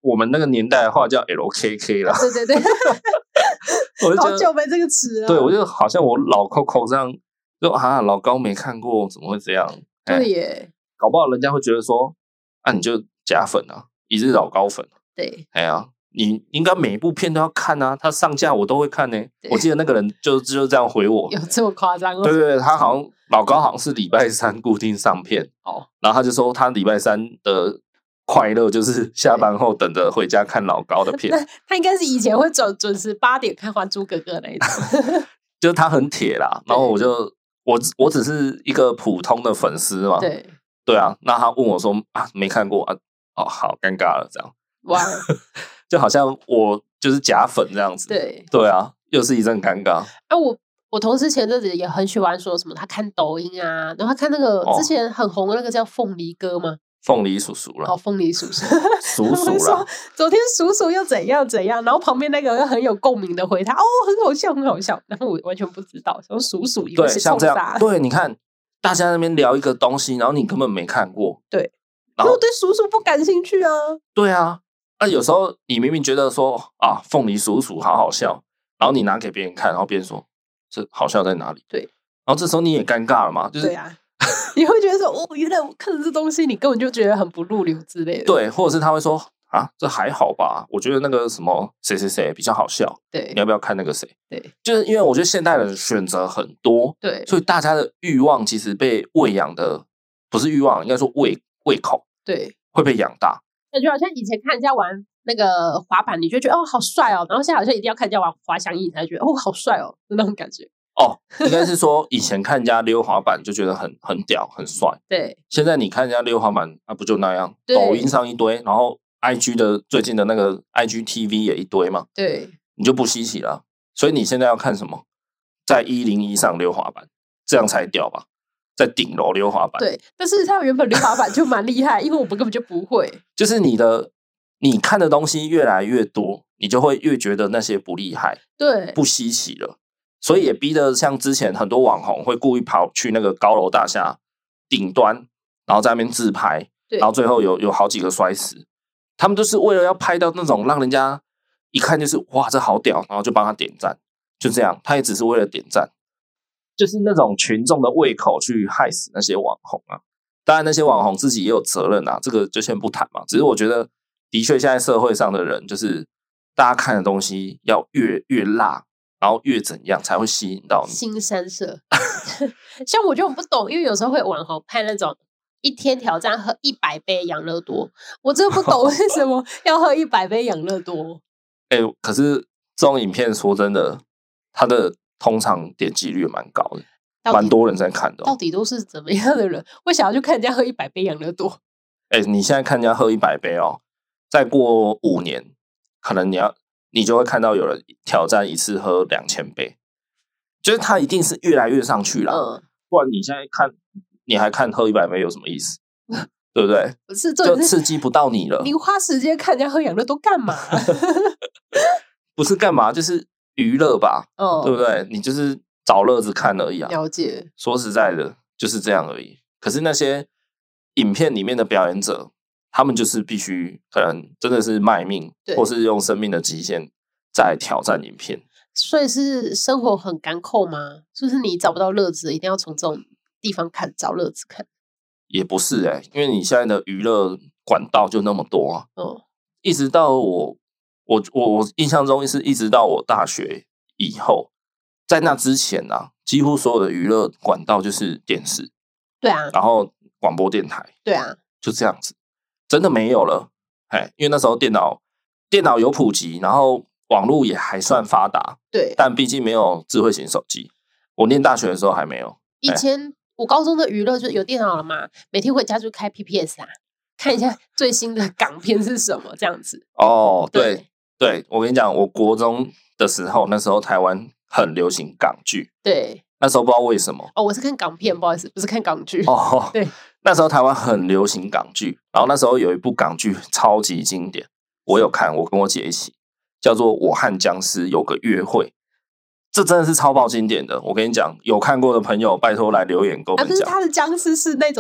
我们那个年代的话叫 LKK 啦。 对对对， 我就觉得好久没这个词了。 对，我就好像我老 Coco 这样，就老高没看过，怎么会这样？ 对耶， 搞不好人家会觉得说，你就假粉啊，一日老高粉。 对， 你应该每一部片都要看啊，他上架我都会看呢。我记得那个人就这样回我， 有这么夸张哦？ 对对对，他好像老高好像是礼拜三固定上片然后他就说他礼拜三的快乐就是下班后等着回家看老高的片。 他应该是以前会准时8点看《还珠格格》那一种， 就是他很铁啦。然后我只是一个普通的粉丝嘛，对啊。那他问我说没看过好尴尬了这样。 哇， 就好像我就是假粉这样子。对啊，又是一阵尴尬。 我同事前阵子也很喜欢说什么，他看抖音啊，然后他看那个之前很红的那个叫凤梨哥吗？ 凤梨叔叔啦， 凤梨叔叔， 叔叔啦。 昨天叔叔又怎样，然后旁边那个又很有共鸣的回他，很好笑，很好笑。然后我完全不知道，说叔叔以为是像这样，对，你看大家那边聊一个东西，然后你根本没看过， 对，然后对叔叔不感兴趣啊， 对啊。有时候你明明觉得说凤梨叔叔好好笑，然后你拿给别人看，然后别人说这好笑在哪里？ 对， 然后这时候你也尴尬了嘛，就是对啊，你会觉得说原来我看的这东西，你根本就觉得很不入流之类的。 对，或者是他会说这还好吧，我觉得那个什么谁谁谁比较好笑， 对， 你要不要看那个谁？ 对， 就是因为我觉得现代人选择很多， 对， 所以大家的欲望其实被喂养的，不是欲望，应该说胃口， 对， 会被养大。 感觉好像以前看人家玩那个滑板，你就觉得好帅哦，然后现在好像一定要看人家玩滑翔翼，你才觉得好帅哦，那种感觉。 应该是说以前看人家溜滑板就觉得很屌很帅， 对。 现在你看人家溜滑板不就那样？抖音上一堆，然后 IG 的最近的那个 IGTV 也一堆嘛， 对， 你就不稀奇了。所以你现在要看什么？在101上溜滑板，这样才屌吧？在顶楼溜滑板， 对。但是他原本溜滑板就蛮厉害，因为我们根本就不会。 就是你看的东西越来越多，你就会越觉得那些不厉害， 对， 不稀奇了。所以也逼得像之前很多网红会故意跑去那个高楼大厦顶端，然后在那边自拍，然后最后有好几个摔死。他们就是为了要拍到那种让人家一看就是哇这好屌，然后就帮他点赞，就这样，他也只是为了点赞，就是那种群众的胃口去害死那些网红啊。当然那些网红自己也有责任啊，这个就先不谈嘛。只是我觉得的确现在社会上的人就是大家看的东西要越辣，然后越怎样才会吸引到你。 新三色像我就很不懂，因为有时候会有网红拍那种一天挑战喝100杯养乐多，我真的不懂为什么要喝100杯养乐多。 可是这种影片说真的，它的通常点击率蛮高的，蛮多人在看的。 到底都是怎么样的人会想要去看人家喝100杯养乐多？ 你现在看人家喝100杯再过5年，可能你就会看到有人挑战一次喝2000杯，就是他一定是越来越上去啦。不然你现在看，你还看喝100杯有什么意思？对不对？ 不是， 就刺激不到你了。 你花时间看人家喝养乐多干嘛？ 不是干嘛，就是娱乐吧，对不对？你就是找乐子看而已啊。 了解。 说实在的，就是这样而已。可是那些影片里面的表演者，他们就是必须可能真的是卖命，或是用生命的极限在挑战影片。 所以是生活很干扣吗？就是你找不到乐子，一定要从这种地方找乐子看？ 也不是因为你现在的娱乐管道就那么多啊。一直到我印象中是一直到我大学以后，在那之前几乎所有的娱乐管道就是电视， 对啊， 然后广播电台， 对啊， 就这样子，真的没有了。因为那时候电脑有普及，然后网络也还算发达， 对， 但毕竟没有智慧型手机。我念大学的时候还没有。 以前我高中的娱乐就有电脑了嘛，每天回家就开 PPS 看一下最新的港片是什么这样子。对，我跟你讲，我国中的时候，那时候台湾很流行港剧。对， 那时候不知道为什么。 我是看港片，不好意思，不是看港剧。对， 那时候台湾很流行港剧，然后那时候有一部港剧超级经典，我有看，我跟我姐一起，叫做《我和僵尸有个约会》。这真的是超爆经典的，我跟你讲，有看过的朋友拜托来留言跟我们讲。 但是他的僵尸是那种会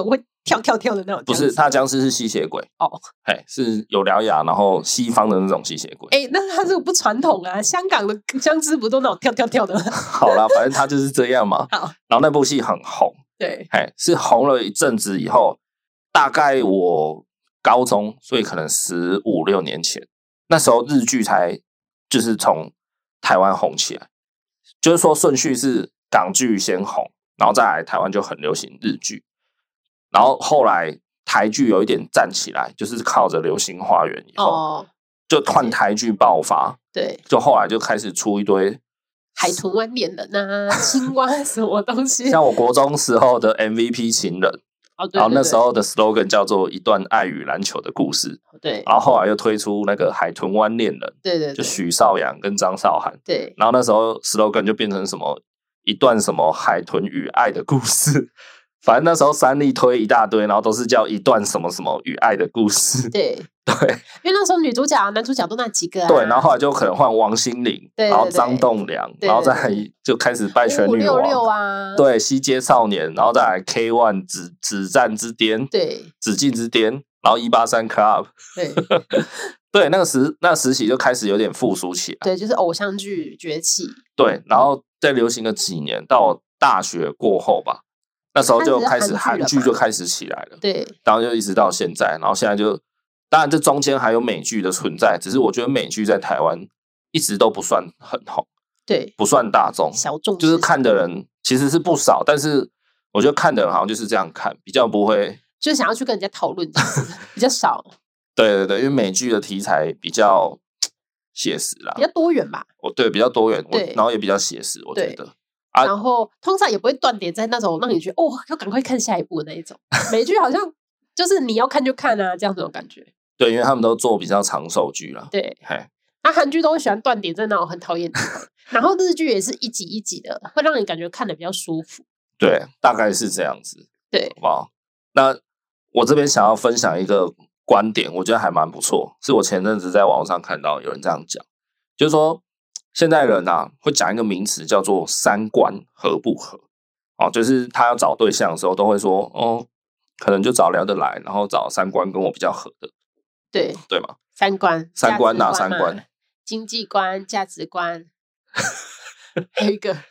跳的那种？ 不是，他僵尸是吸血鬼哦， 嘿，是有獠牙，然后西方的那种吸血鬼。 那他这个不传统啊，香港的僵尸不都那种跳的吗？ 好啦，反正他就是这样嘛。 好， 然后那部戏很红， 对， 是红了一阵子以后，大概我高中，所以可能15、16年前，那时候日剧才就是从台湾红起来，就是说顺序是港剧先红，然后再来台湾就很流行日剧，然后后来台剧有一点站起来，就是靠着《流星花园》以后，就换台剧爆发， 对， 就后来就开始出一堆海豚湾恋人啊，青蛙什么东西， 像我国中时候的 MVP 情人。 对， 然后那时候的 slogan 叫做一段爱与篮球的故事， 对。 然后后来又推出那个海豚湾恋人， 对， 就许绍洋跟张韶涵， 对。 然后那时候 slogan 就变成什么一段什么海豚与爱的故事，反正那时候三立推一大堆，然后都是叫一段什么什么与爱的故事， 对，因为那时候女主角、男主角都那几个啊， 对，然后后来就可能换王心凌，然后张栋梁，然后再来就开始拜权女王 5566啊， 对，西街少年，然后再来 K1 止战之巅， 对， 止境之巅，然后183 Club， 对， 对，那个时期就开始有点复苏起来， 对，就是偶像剧崛起， 对，然后再流行了几年，到我大学过后吧，那时候就开始韩剧就开始起来了， 对， 然后就一直到现在，然后现在就当然这中间还有美剧的存在，只是我觉得美剧在台湾一直都不算很红， 对， 不算大众， 小众， 就是看的人其实是不少，但是我觉得看的人好像就是这样看，比较不会， 就是想要去跟人家讨论，比较少。 对，因为美剧的题材比较写实啦， 比较多元吧。 对，比较多元，然后也比较写实，我觉得。 然后通常也不会断点在那种让你觉得要赶快看下一部的那一种。美剧好像就是你要看就看啊，这样子的感觉。 对，因为他们都做比较长寿剧啦。 对，那韩剧都喜欢断点在那种很讨厌的地方，然后日剧也是一集一集的，会让你感觉看得比较舒服。 对，大概是这样子。 对， 好不好？那我这边想要分享一个观点，我觉得还蛮不错，是我前阵子在网上看到有人这样讲，就是说现在人啊会讲一个名词叫做三观合不合，就是他要找对象的时候都会说可能就找聊得来，然后找三观跟我比较合的，对吗？ 三观哪三观？ 经济观、价值观，还有一个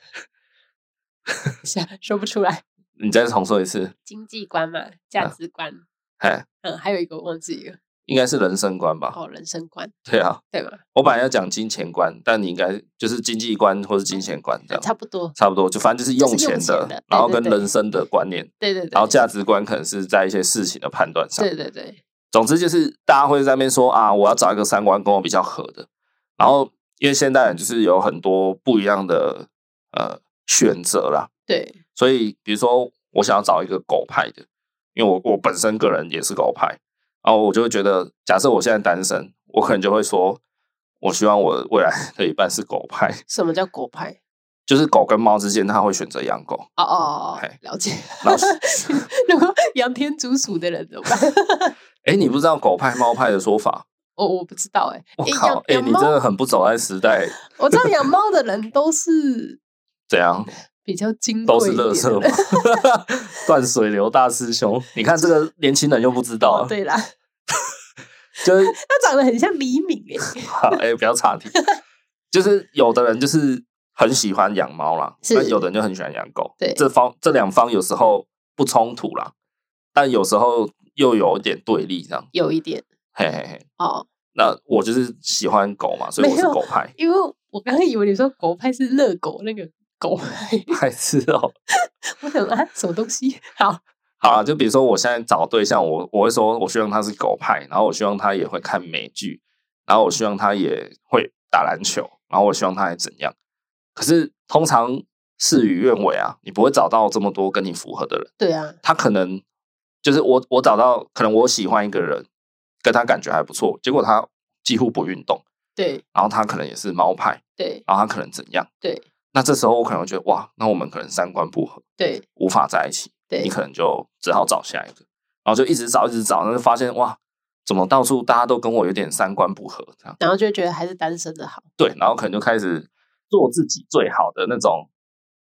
说不出来。 你再重说一次。 经济观嘛，价值观，还有一个我忘记了， 应该是人生观吧？ 人生观， 对啊， 对吧？ 我本来要讲金钱观，但你应该就是经济观或是金钱观这样， 差不多， 就反正就是用钱的，然后跟人生的观念， 对， 然后价值观可能是在一些事情的判断上， 对。 总之就是大家会在那边说啊，我要找一个三观跟我比较合的，然后因为现代人就是有很多不一样的选择啦， 对， 所以比如说我想要找一个狗派的，因为我本身个人也是狗派，然后我就会觉得，假设我现在单身，我可能就会说，我希望我未来的一半是狗派。 什么叫狗派？ 就是狗跟猫之间，他会选择养狗。 了解。如果养天竺鼠的人怎么办？ 你不知道狗派、猫派的说法？ 我不知道我靠！你真的很不走在时代。 我知道养猫的人都是怎样？ 比较金贵， 都是垃圾吗？断水流大师兄，你看这个年轻人又不知道。 对啦， 就是他长得很像黎明好，不要岔题。就是有的人就是很喜欢养猫啦，但有的人就很喜欢养狗。 对， 这两方有时候不冲突啦，但有时候又有一点对立，这样有一点。 那我就是喜欢狗嘛，所以我是狗派。 因为我刚刚以为你说狗派是热狗那个狗派是我想什么东西？ 好，就比如说我现在找对象，我会说我希望他是狗派，然后我希望他也会看美剧，然后我希望他也会打篮球，然后我希望他还怎样。可是通常事与愿违啊，你不会找到这么多跟你符合的人。 对啊， 他可能就是我找到，可能我喜欢一个人，跟他感觉还不错，结果他几乎不运动， 对， 然后他可能也是猫派， 对， 然后他可能怎样， 对。 那这时候我可能会觉得哇，那我们可能三观不合， 对， 无法在一起， 对， 你可能就只好找下一个，然后就一直找，然后就发现哇，怎么到处大家都跟我有点三观不合，这样， 然后就觉得还是单身的好， 对，然后可能就开始做自己最好的那种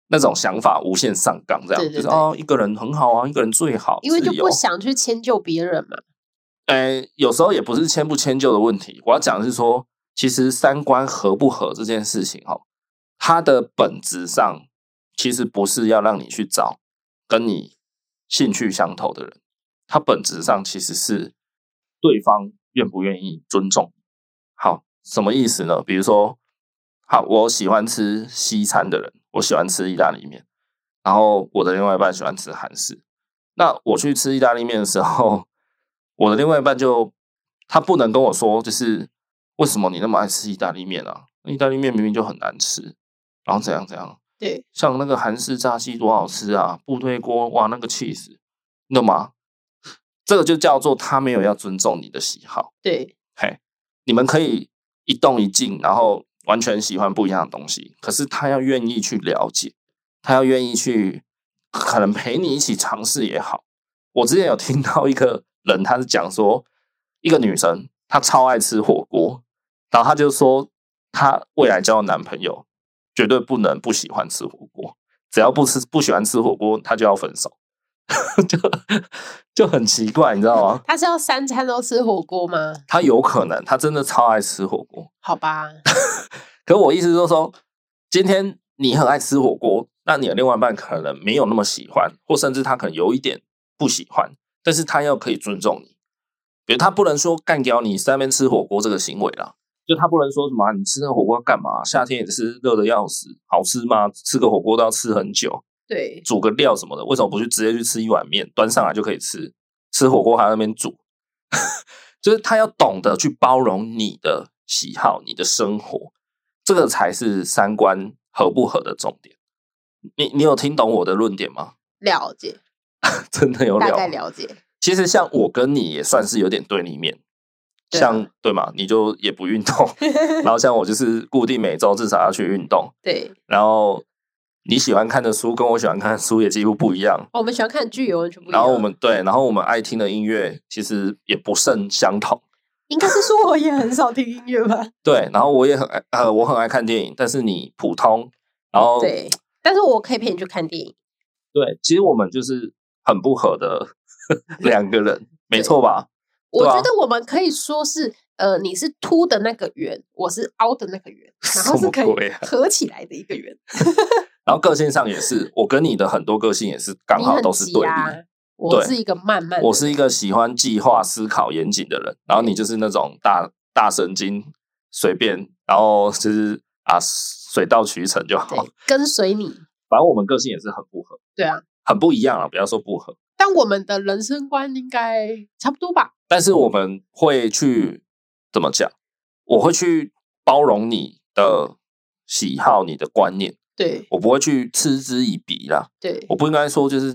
那种想法无限上纲，这样对对对， 就是一个人很好啊，一个人最好， 因为就不想去迁就别人嘛。 有时候也不是迁不迁就的问题，我要讲的是说，其实三观合不合这件事情它的本质上其实不是要让你去找跟你兴趣相投的人，它本质上其实是对方愿不愿意尊重。好，什么意思呢？比如说，好，我喜欢吃西餐的人，我喜欢吃意大利面，然后我的另外一半喜欢吃韩式。那我去吃意大利面的时候，我的另外一半他不能跟我说，就是为什么你那么爱吃意大利面啊？意大利面明明就很难吃，然后怎样怎样。 对， 像那个韩式炸鸡多好吃啊，部队锅哇那个cheese，你懂吗？这个就叫做他没有要尊重你的喜好。 对， 你们可以一动一静，然后完全喜欢不一样的东西，可是他要愿意去了解，他要愿意去可能陪你一起尝试也好。我之前有听到一个人，他是讲说，一个女生她超爱吃火锅，然后她就说，她未来交的男朋友绝对不能不喜欢吃火锅，只要不喜欢吃火锅，他就要分手。就很奇怪，你知道吗？ 他是要3餐都吃火锅吗？ 他有可能，他真的超爱吃火锅。 好吧。 可我意思就是说，今天你很爱吃火锅，那你的另外一半可能没有那么喜欢，或甚至他可能有一点不喜欢，但是他要可以尊重你。比如他不能说干掉你在那边吃火锅这个行为啦，就他不能说什么你吃那火锅要干嘛？夏天也是热的要死，好吃吗？吃个火锅都要吃很久。 对， 煮个料什么的，为什么不直接去吃一碗面，端上来就可以吃？吃火锅还在那边煮，就是他要懂得去包容你的喜好、你的生活，这个才是三观合不合的重点。你有听懂我的论点吗？ 了解， 真的有大概了解。 其实像我跟你也算是有点对立面，像对吗？你就也不运动，然后像我就是固定每周至少要去运动， 对， 然后。你喜欢看的书跟我喜欢看的书也几乎不一样。 我们喜欢看的剧也完全不一样。 然后我们爱听的音乐其实也不甚相同。 应该是说我也很少听音乐吧？ 对，然后我很爱看电影，但是你普通，然后对，但是我可以陪你去看电影。 对，其实我们就是很不合的两个人，没错吧？ 我觉得我们可以说是，你是凸的那个圆，我是凹的那个圆，然后是可以合起来的一个圆。 然后个性上也是，我跟你的很多个性也是刚好都是对立。 我是一个慢慢的人， 我是一个喜欢计划、思考、严谨的人，然后你就是那种大神经，随便，然后就是水到渠成就好， 跟随你。 反正我们个性也是很不合， 对啊， 很不一样啊，不要说不合。 但我们的人生观应该差不多吧？ 但是我们会去怎么讲？我会去包容你的喜好、你的观念。 对， 我不会去嗤之以鼻啦。 对， 我不应该说就是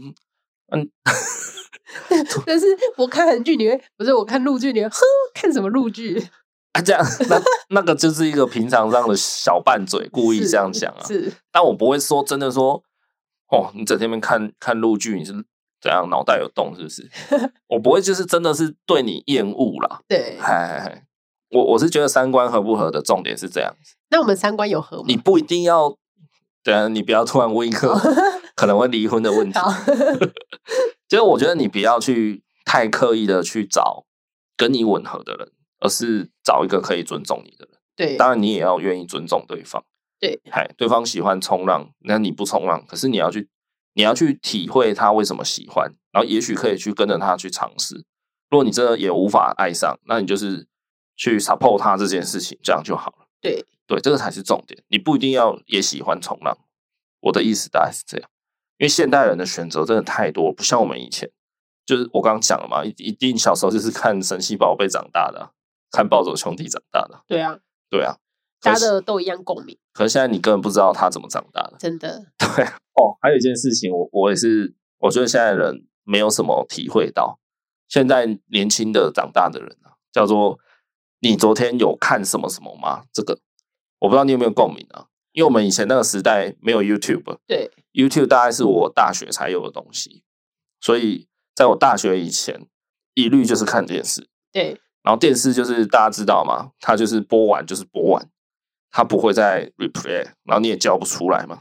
但是我看韩剧，不是我看陆剧，看什么陆剧啊？这样那个就是一个平常上的小拌嘴，故意这样讲啊。 是， 但我不会说真的说你整天看陆剧，你是怎样脑袋有洞是不是？我不会就是真的是对你厌恶啦。 对， 我是觉得三观合不合的重点是这样子。 那我们三观有合吗？ 你不一定要。对啊，你不要突然问一个可能会离婚的问题。就是我觉得你不要去太刻意的去找跟你吻合的人，而是找一个可以尊重你的人。 对， 当然你也要愿意尊重对方。 对， 对方喜欢冲浪，那你不冲浪，可是你要去体会他为什么喜欢，然后也许可以去跟着他去尝试。如果你真的也无法爱上，那你就是去 support 他这件事情，这样就好了。对，这个才是重点。你不一定要也喜欢冲浪，我的意思大概是这样。因为现代人的选择真的太多，不像我们以前。就是我刚刚讲了嘛，一定小时候就是看神奇宝贝长大的，看暴走兄弟长大的。 对啊，大家的都一样共鸣。 可是现在你根本不知道他怎么长大的， 真的。 对还有一件事情，我也是，我觉得现在人没有什么体会到，现在年轻的长大的人叫做你昨天有看什么什么吗？这个我不知道你有没有共鸣啊？因为我们以前那个时代没有 YouTube， 对 ，YouTube 大概是我大学才有的东西，所以在我大学以前，一律就是看电视。 对， 然后电视就是大家知道嘛，它就是播完就是播完，它不会再 replay， 然后你也叫不出来嘛。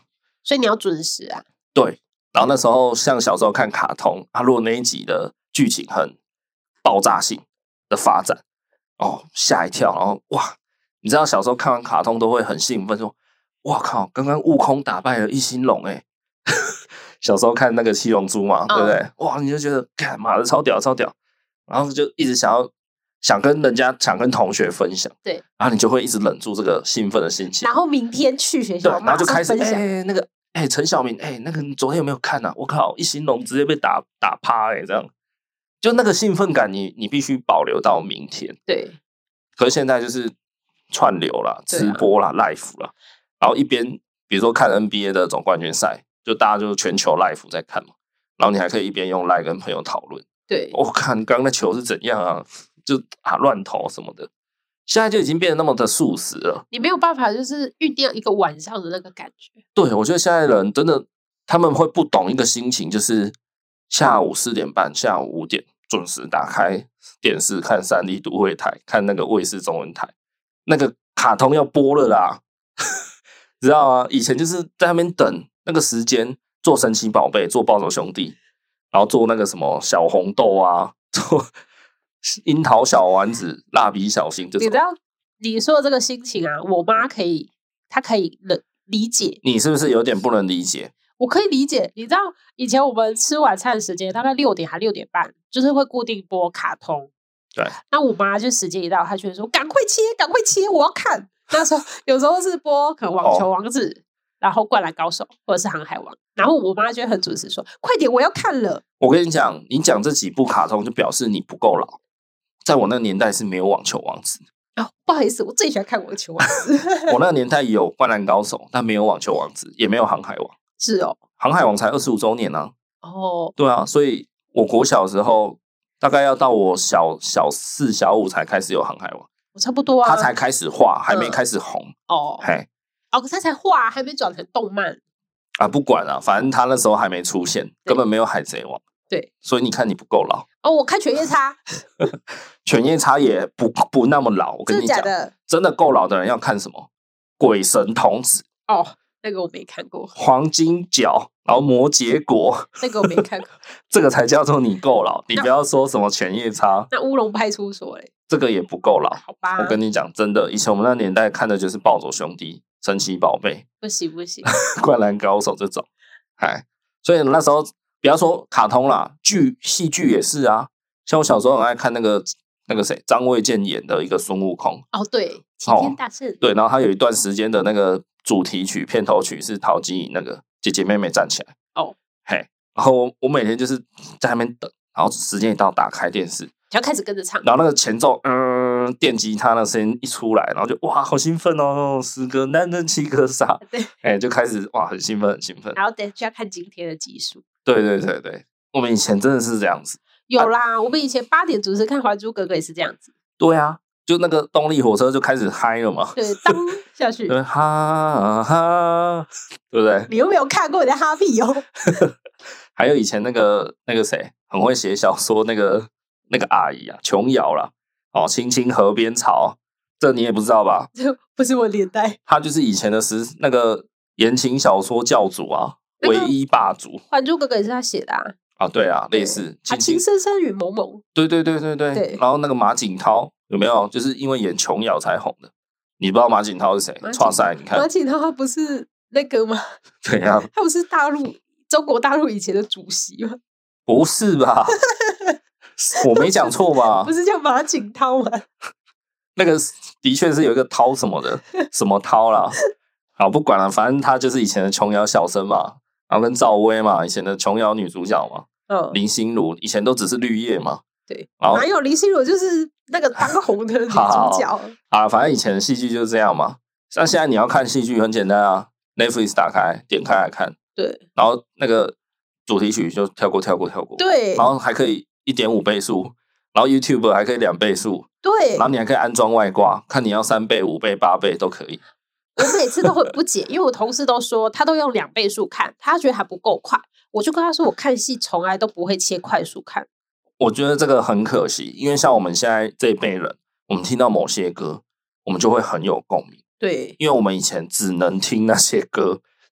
所以你要准时啊。 对，然后那时候像小时候看卡通，如果那一集的剧情很爆炸性的发展，吓一跳，然后哇，你知道小时候看完卡通都会很兴奋，说哇靠，刚刚悟空打败了一星龙小时候看那个七龙珠嘛，对不对？哇，你就觉得干妈的超屌超屌，然后就一直想跟人家想跟同学分享， 对， 然后你就会一直忍住这个兴奋的心情， 然后明天去学校， 然后就开始那个陈晓明那个你昨天有没有看啊？我靠，一星龙直接被打趴这样，就那个兴奋感你必须保留到明天。 对， 可是现在就是串流啦、直播啦、live 啦，然后一边比如说看 NBA 的总冠军赛，就大家就全球 live 在看嘛，然后你还可以一边用 live 跟朋友讨论。 对， 我看刚刚那球是怎样啊，就乱投什么的，现在就已经变得那么的速食了， 你没有办法就是预定一个晚上的那个感觉。 对，我觉得现在人真的他们会不懂一个心情，就是下午4点半、下午5点准时打开电视看3立都会台，看那个卫视中文台，那个卡通要播了啦，知道吗？以前就是在那边等那个时间，做神奇宝贝，做暴走兄弟，然后做那个什么小红豆啊，做樱桃小丸子、蜡笔小新这种。 你知道你说的这个心情啊，我妈她可以理解。 你是不是有点不能理解？ 我可以理解。你知道以前我们吃晚餐的时间大概6点还6点半，就是会固定播卡通。 对， 那我妈就时间一到，她就会说赶快切，我要看。那时候有时候是播可能网球王子，然后灌篮高手或者是航海王，然后我妈就会很准时说快点我要看了。 我跟你讲，你讲这几部卡通就表示你不够老。在我那个年代是没有网球王子。 不好意思，我最喜欢看网球王子。 我那个年代有灌篮高手，但没有网球王子，也没有航海王。 是哦， 航海王才25周年啊。 对啊，所以我国小的时候大概要到我小4、小5才开始有航海王。 我差不多啊， 他才开始画，还没开始红。 可他才画，还没转成动漫啊，不管啊，反正他那时候还没出现，根本没有海贼王。 对， 所以你看你不够老。 我看犬夜叉， 犬夜叉也不那么老。我跟你讲，真的够老的人要看什么？鬼神童子。 那个我没看过。 黄金角，然后魔结国， 那个我没看过。 这个才叫做你够老，你不要说什么犬夜叉。 那乌龙派出所嘞？ 这个也不够老。 好吧， 我跟你讲，真的，以前我们那年代看的就是暴走兄弟、神奇宝贝， 不行， 灌篮高手这种。所以那时候不要说卡通啦，戏剧也是啊。像我小时候很爱看那个谁，张卫健演的一个孙悟空。 对，齐天大圣。 对，然后他有一段时间的那个主题曲、片头曲是陶晶莹那个姐姐妹妹站起来。然后我每天就是在那边等，然后时间一到打开电视， 就要开始跟着唱。 然后那个前奏，电吉他的声音一出来，然后就哇，好兴奋哦！10个男人7个傻，对，就开始哇，很兴奋。 然后等就要看今天的集数。 对，我们以前真的是这样子。 有啦，我们以前8点准时看《还珠格格》也是这样子。 对啊，就那个动力火车就开始嗨了嘛。 对，当下去， 对，哈哈，对不对？ 你有没有看过你的哈屁哦？ 还有以前那个谁很会写小说，那个阿姨啊，琼瑶啦，青青河边草，这你也不知道吧？ 这不是我年代。 他就是以前的那个言情小说教主啊，唯一霸主。 还珠格格也是他写的啊。 对啊，类似情深深雨蒙蒙。 对。然后那个马景涛有没有？就是因为演琼瑶才红的。你不知道马景涛是谁？创赛，你看马景涛他不是那个吗？ 对啊， 他不是中国大陆以前的主席吗？ 不是吧？我没讲错吧？ 不是叫马景涛吗？ 那个的确是有一个涛什么的，什么涛啦。好，不管了，反正他就是以前的琼瑶小生嘛，然后跟赵薇嘛，以前的琼瑶女主角嘛。林心如以前都只是绿叶嘛。 对，哪有林心如就是那个当红的女主角。 好，反正以前的戏剧就是这样嘛。像现在你要看戏剧很简单啊 ，Netflix 打开点开来看。 对， 然后那个主题曲就跳过。 对， 然后还可以1.5倍速，然后 YouTube 还可以2倍速。 对， 然后你还可以安装外挂，看你要3倍、5倍、8倍都可以。 我每次都会不解，因为我同事都说他都用2倍速看，他觉得还不够快。我就跟他说，我看戏从来都不会切快速看。 我觉得这个很可惜，因为像我们现在这一辈人，我们听到某些歌，我们就会很有共鸣。 对， 因为我们以前只能听那些歌，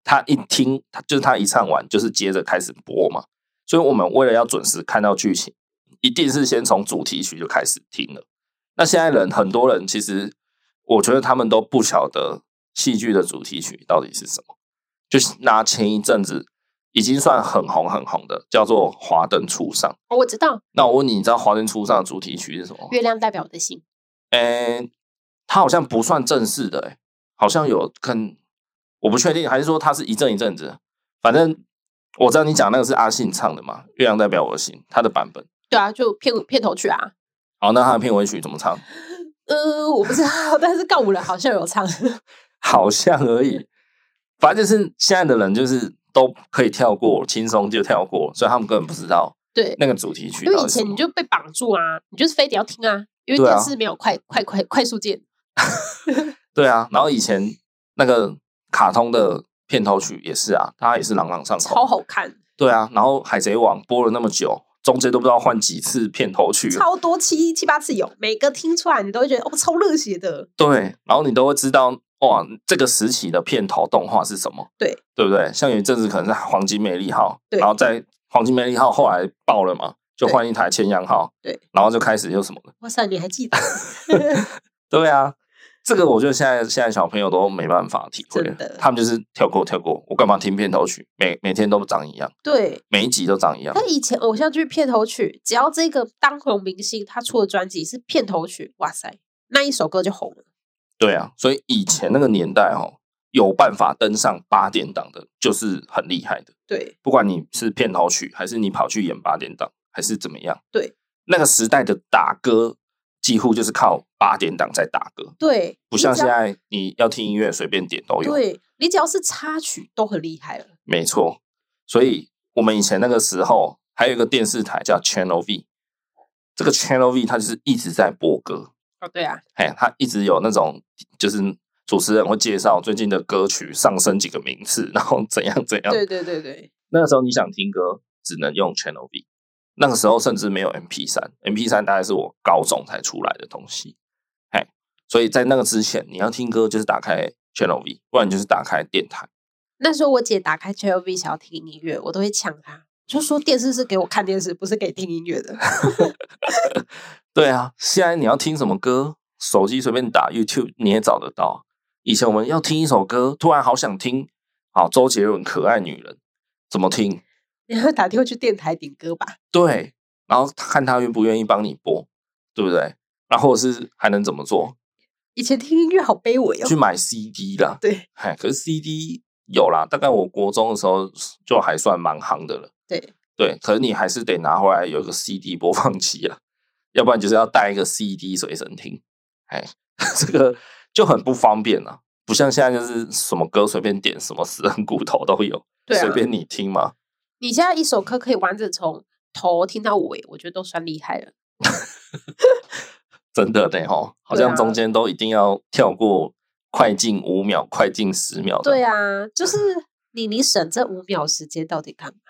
他一听，他一唱完就是接着开始播嘛，所以我们为了要准时看到剧情，一定是先从主题曲就开始听了。那现在很多人其实我觉得他们都不晓得戏剧的主题曲到底是什么，就是拿前一阵子已经算很红的叫做《华灯初上》。 哦，我知道。 那我问你，你知道《华灯初上》的主题曲是什么？ 月亮代表我的心。 它好像不算正式的，好像有我不确定，还是说它是一阵一阵子。反正我知道你讲那个是阿信唱的嘛，《月亮代表我的心》他的版本。 对啊，就片头曲啊。 好，那他的片尾曲怎么唱？ 我不知道，但是告五人好像有唱。 好像而已。反正就是现在的人就是都可以跳过，轻松就跳过，所以他们根本不知道对那个主题曲。 因为以前你就被绑住啊，你就是非得要听啊，因为电视没有快速键。 对啊，然后以前那个卡通的片头曲也是啊，它也是朗朗上口， 超好看。 对啊，然后海贼王播了那么久，中间都不知道换几次片头曲， 超多七八次有，每个听出来你都会觉得超热血的。 对，然后你都会知道哇，这个时期的片头动画是什么？ 对不对？像有一阵子可能是黄金梅利号，然后在黄金梅利号后来爆了嘛，就换一台千阳号， 对， 然后就开始又什么了？ 哇塞，你还记得？ 对啊，这个我觉得现在小朋友都没办法体会，他们就是跳过，我干嘛听片头曲？每天都长一样， 对， 每一集都长一样。 但以前偶像剧片头曲，只要这个当红明星他出的专辑是片头曲，哇塞，那一首歌就红了。 对啊，所以以前那个年代有办法登上8点档的，就是很厉害的。 对， 不管你是片头曲，还是你跑去演8点档，还是怎么样， 对， 那个时代的打歌几乎就是靠8点档在打歌。 对， 不像现在你要听音乐随便点都有。 对，你只要是插曲都很厉害了。 没错，所以我们以前那个时候还有一个电视台叫 Channel V， 这个 Channel V 它就是一直在播歌。 对啊， 它一直有那种就是主持人会介绍最近的歌曲上升几个名次，然后怎样。 对。 那个时候你想听歌只能用 Channel V， 那个时候甚至没有 MP3 大概是我高中才出来的东西。所以在那个之前你要听歌就是打开 Channel V， 不然你就是打开电台。 那时候我姐打开 Channel V 想要听音乐，我都会抢她，就说电视是给我看电视，不是给听音乐的。 对啊，现在你要听什么歌，手机随便打 YouTube 你也找得到。以前我们要听一首歌，突然好想听周杰伦《可爱女人》，怎么听？ 你要打电话去电台点歌吧。 对，然后看他愿不愿意帮你播，对不对？然后或者是还能怎么做？ 以前听音乐好卑微哦， 去买 CD 啦。 对， 可是 CD 有啦，大概我国中的时候就还算蛮夯的了。对，可是你还是得拿回来有一个 CD 播放器啊，要不然就是要带一个 CD 随身听。这个就很不方便啊，不像现在就是什么歌随便点，什么死人骨头都有，随便你听嘛。 你现在一首歌可以完整从头听到尾，我觉得都算厉害了。 真的呢好像中间都一定要跳过快进5秒、快进10秒的。 对啊，就是你省这5秒时间到底干嘛？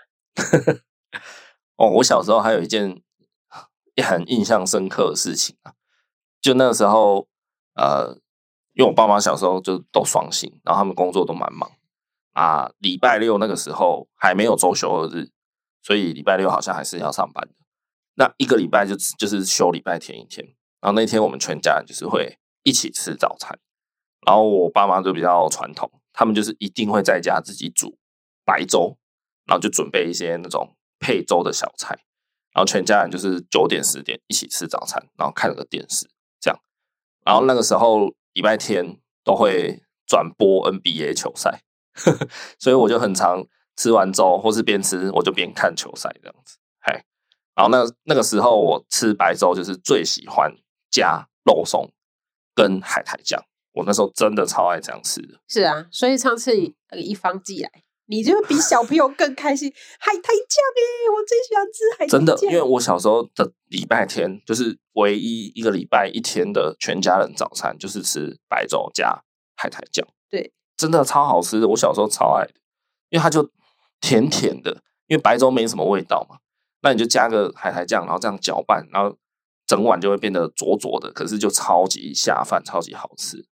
我小时候还有一件也很印象深刻的事情啊，就那个时候因为我爸妈小时候就都双薪，然后他们工作都蛮忙啊，礼拜六那个时候还没有周休2日，所以礼拜六好像还是要上班的。那一个礼拜就是休礼拜天一天，然后那天我们全家人就是会一起吃早餐，然后我爸妈就比较传统，他们就是一定会在家自己煮白粥，然后就准备一些那种配粥的小菜，然后全家人就是9点10点一起吃早餐，然后看了个电视这样。然后那个时候礼拜天都会转播 NBA 球赛所以我就很常吃完粥或是边吃我就边看球赛这样子。然后那个时候我吃白粥就是最喜欢加肉松跟海苔酱，我那时候真的超爱这样吃的。 是啊，所以上次一方寄来，你就比小朋友更开心。海苔酱我最喜欢吃海苔酱。真的， 因为我小时候的礼拜天就是唯一一个礼拜一天的全家人早餐就是吃白粥加海苔酱。 对， 真的超好吃的，我小时候超爱的，因为它就甜甜的，因为白粥没什么味道嘛，那你就加个海苔酱，然后这样搅拌，然后整碗就会变得浊浊的，可是就超级下饭，超级好吃。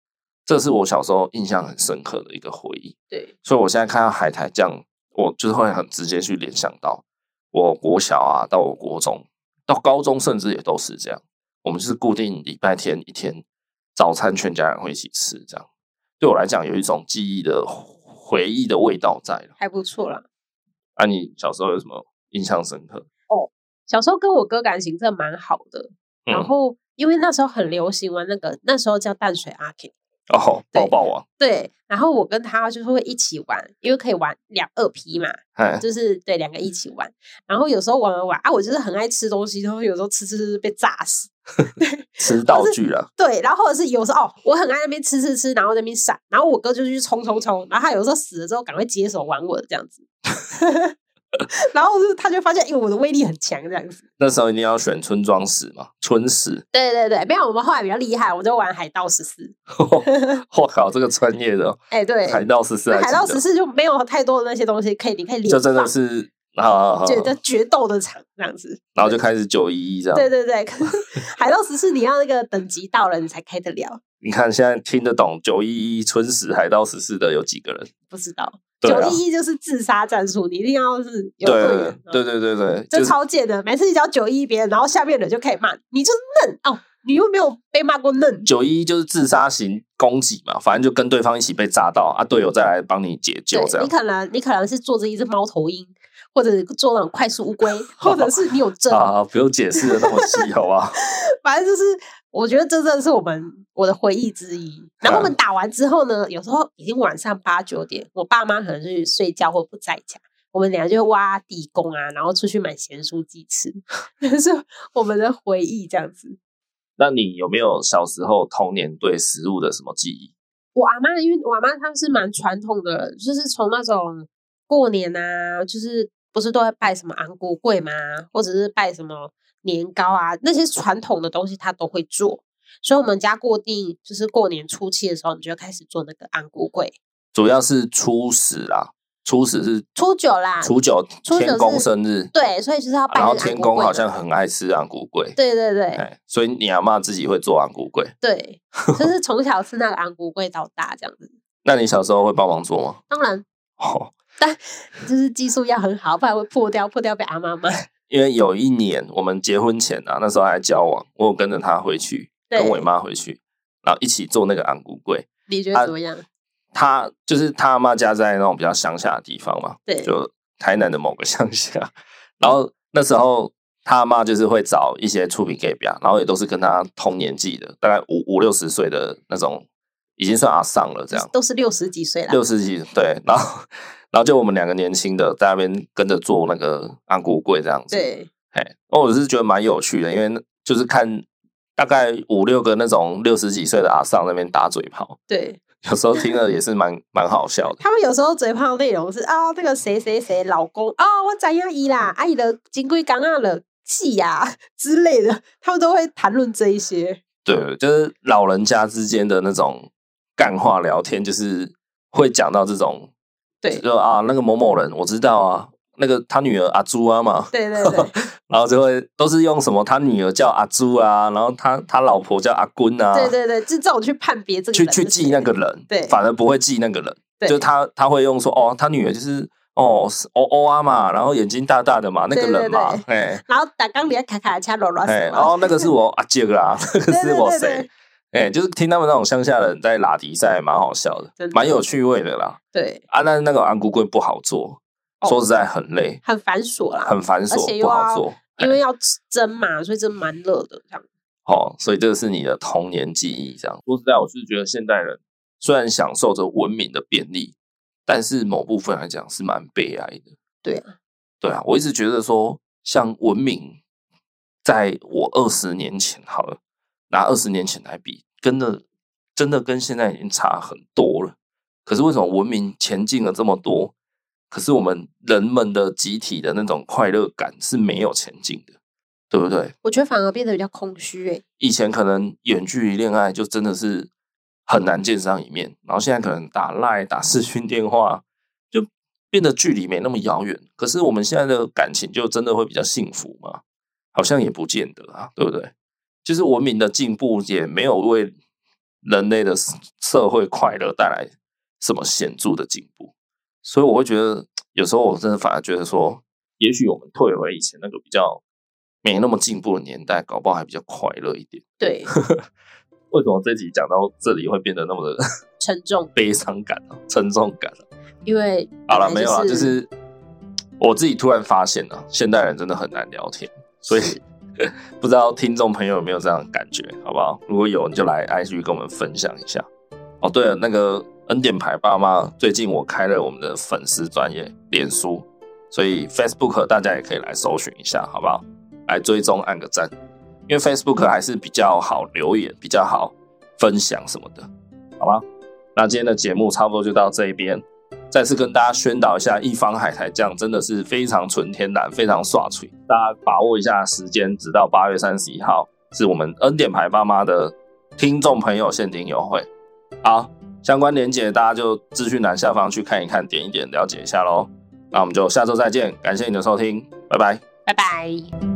这是我小时候印象很深刻的一个回忆。 对， 所以我现在看到海苔这样，我就是会很直接去联想到我国小啊，到我国中，到高中，甚至也都是这样。我们就是固定礼拜天一天早餐，全家人会一起吃，这样对我来讲有一种记忆的回忆的味道在了， 还不错啦。 啊，你小时候有什么印象深刻？ 小时候跟我哥感情真的蛮好的，然后因为那时候很流行玩那时候叫淡水阿 King。 抱抱王。 对，然后我跟他就是会一起玩，因为可以玩2批嘛，就是对2个一起玩。然后有时候玩啊，我就是很爱吃东西，然后有时候吃被炸死， 吃道具了。 对，然后或者是有时候我很爱那边吃，然后在那边闪，然后我哥就去冲，然后他有时候死了之后赶快接手玩我的这样子。然后他就发现，因为我的威力很强，这样子。 那时候一定要选村庄史嘛，村史。 对，没有，我们后来比较厉害，我们就玩海盗14。 我靠，这个专业的。 对， 海盗14， 海盗14就没有太多的那些东西可以，你可以连就真的是觉得决斗的场这样子， 然后就开始911这样。 对，可是海盗14你要那个等级到了，你才开得了。 你看现在听得懂911村史海盗14的有几个人？ 不知道。911就是自杀战术，你一定要是有队员。 对， 这超贱的。每次你只要911别人，然后下面的人就可以骂你，就是嫩哦，你又没有被骂过嫩。 911就是自杀型攻击嘛，反正就跟对方一起被炸到啊，队友再来帮你解救这样。 你可能是坐着一只猫头鹰，或者坐那种快速乌龟，或者是你有针啊，不用解释的那么细，好不好？ 反正就是我觉得这真的是我的回忆之一。然后我们打完之后呢，有时候已经晚上8、9点，我爸妈可能去睡觉或不在家，我们俩就会挖地宫啊，然后出去买咸酥鸡吃，这是我们的回忆这样子。 那你有没有小时候童年对食物的什么记忆？ 我阿妈，因为我阿妈她是蛮传统的人，就是从那种过年啊，就是不是都会拜什么安菇粿嘛，或者是拜什么年糕啊，那些传统的东西她都会做。所以我们家固定就是过年初7的时候，你就开始做那个安菇粿。 主要是初10啦，初10是初9啦， 初9天公生日。 对，所以就是要拜。 然后天公好像很爱吃安菇粿。 对， 所以你阿嬷自己会做安菇粿。 对，就是从小吃那个安菇粿到大这样子。 那你小时候会帮忙做吗？ 当然。但就是技术要很好，不然会破掉被阿妈骂。 因为有一年我们结婚前啊，那时候还交往，我有跟着他回去，跟我妈回去，然后一起做那个安菇粿。 你觉得怎么样？ 他就是他阿嬷家在那种比较乡下的地方嘛， 对， 就台南的某个乡下。然后那时候他阿嬷就是会找一些厝边隔壁，然后也都是跟他同年纪的，大概50、60岁的那种，已经算阿桑了，这样都是60几岁了 ，60几对，然后就我们2个年轻的在那边跟着做那个安菇粿这样子。 对， 我是觉得蛮有趣的，因为就是看大概5、6个那种60几岁的阿桑那边打嘴炮。 对， 有时候听了也是蛮好笑的。 他们有时候嘴炮内容是那个谁老公我知影伊啦，阿姨的金龟缸了戏呀之类的，他们都会谈论这一些。 对，就是老人家之间的那种干话聊天，就是会讲到这种。 对， 就那个某某人我知道啊，那个他女儿阿朱啊嘛。 对， 然后就会都是用什么他女儿叫阿朱啊，然后他老婆叫阿君啊。 对，就这种去判别这个人， 去记那个人。 对， 反而不会记那个人。 就他会用说他女儿就是啊嘛，然后眼睛大大的嘛，那个人嘛。 然后打刚里卡卡恰罗罗斯， 那个是我阿姐啦，那个是我谁？就是听他们那种乡下人在拉迪赛，蛮好笑的，蛮有趣味的啦。 对但是那个安菇粿不好做，说实在很累， 很繁琐啦， 很繁琐， 而且不好做， 因为要蒸嘛，所以真蛮热的这样。 所以这个是你的童年记忆。这样说实在，我是觉得现代人虽然享受着文明的便利，但是某部分来讲是蛮悲哀的。对啊，我一直觉得说，像文明，在我20年前好了。拿20年前来比，真的跟现在已经差很多了。可是为什么文明前进了这么多，可是我们人们的集体的那种快乐感是没有前进的，对不对？ 我觉得反而变得比较空虚。 以前可能远距离恋爱就真的是很难见上一面，然后现在可能打 LINE 打视讯电话，就变得距离没那么遥远。可是我们现在的感情就真的会比较幸福吗？好像也不见得啊，对不对？就是文明的进步也没有为人类的社会快乐带来什么显著的进步。所以我会觉得有时候我真的反而觉得说，也许我们退回以前那个比较没那么进步的年代，搞不好还比较快乐一点。 对， 为什么这集讲到这里会变得那么的沉重、 悲伤感啊、沉重感啊？ 因为好了，没有啦，就是我自己突然发现了，现代人真的很难聊天，所以不知道听众朋友有没有这样的感觉，好不好？如果有，你就来 IG 跟我们分享一下。哦，对了，那个恩典牌爸妈，最近我开了我们的粉丝专页脸书，所以 Facebook 大家也可以来搜寻一下，好不好？来追踪按个赞，因为 Facebook 还是比较好留言，比较好分享什么的，好吗？那今天的节目差不多就到这一边。再次跟大家宣导一下，一方海苔酱真的是非常纯天然，非常爽脆，大家把握一下时间，直到8月31号是我们恩典牌爸妈的听众朋友限定优惠。好，相关连结大家就资讯栏下方去看一看，点一点了解一下咯。那我们就下周再见，感谢你的收听，拜拜， 拜拜。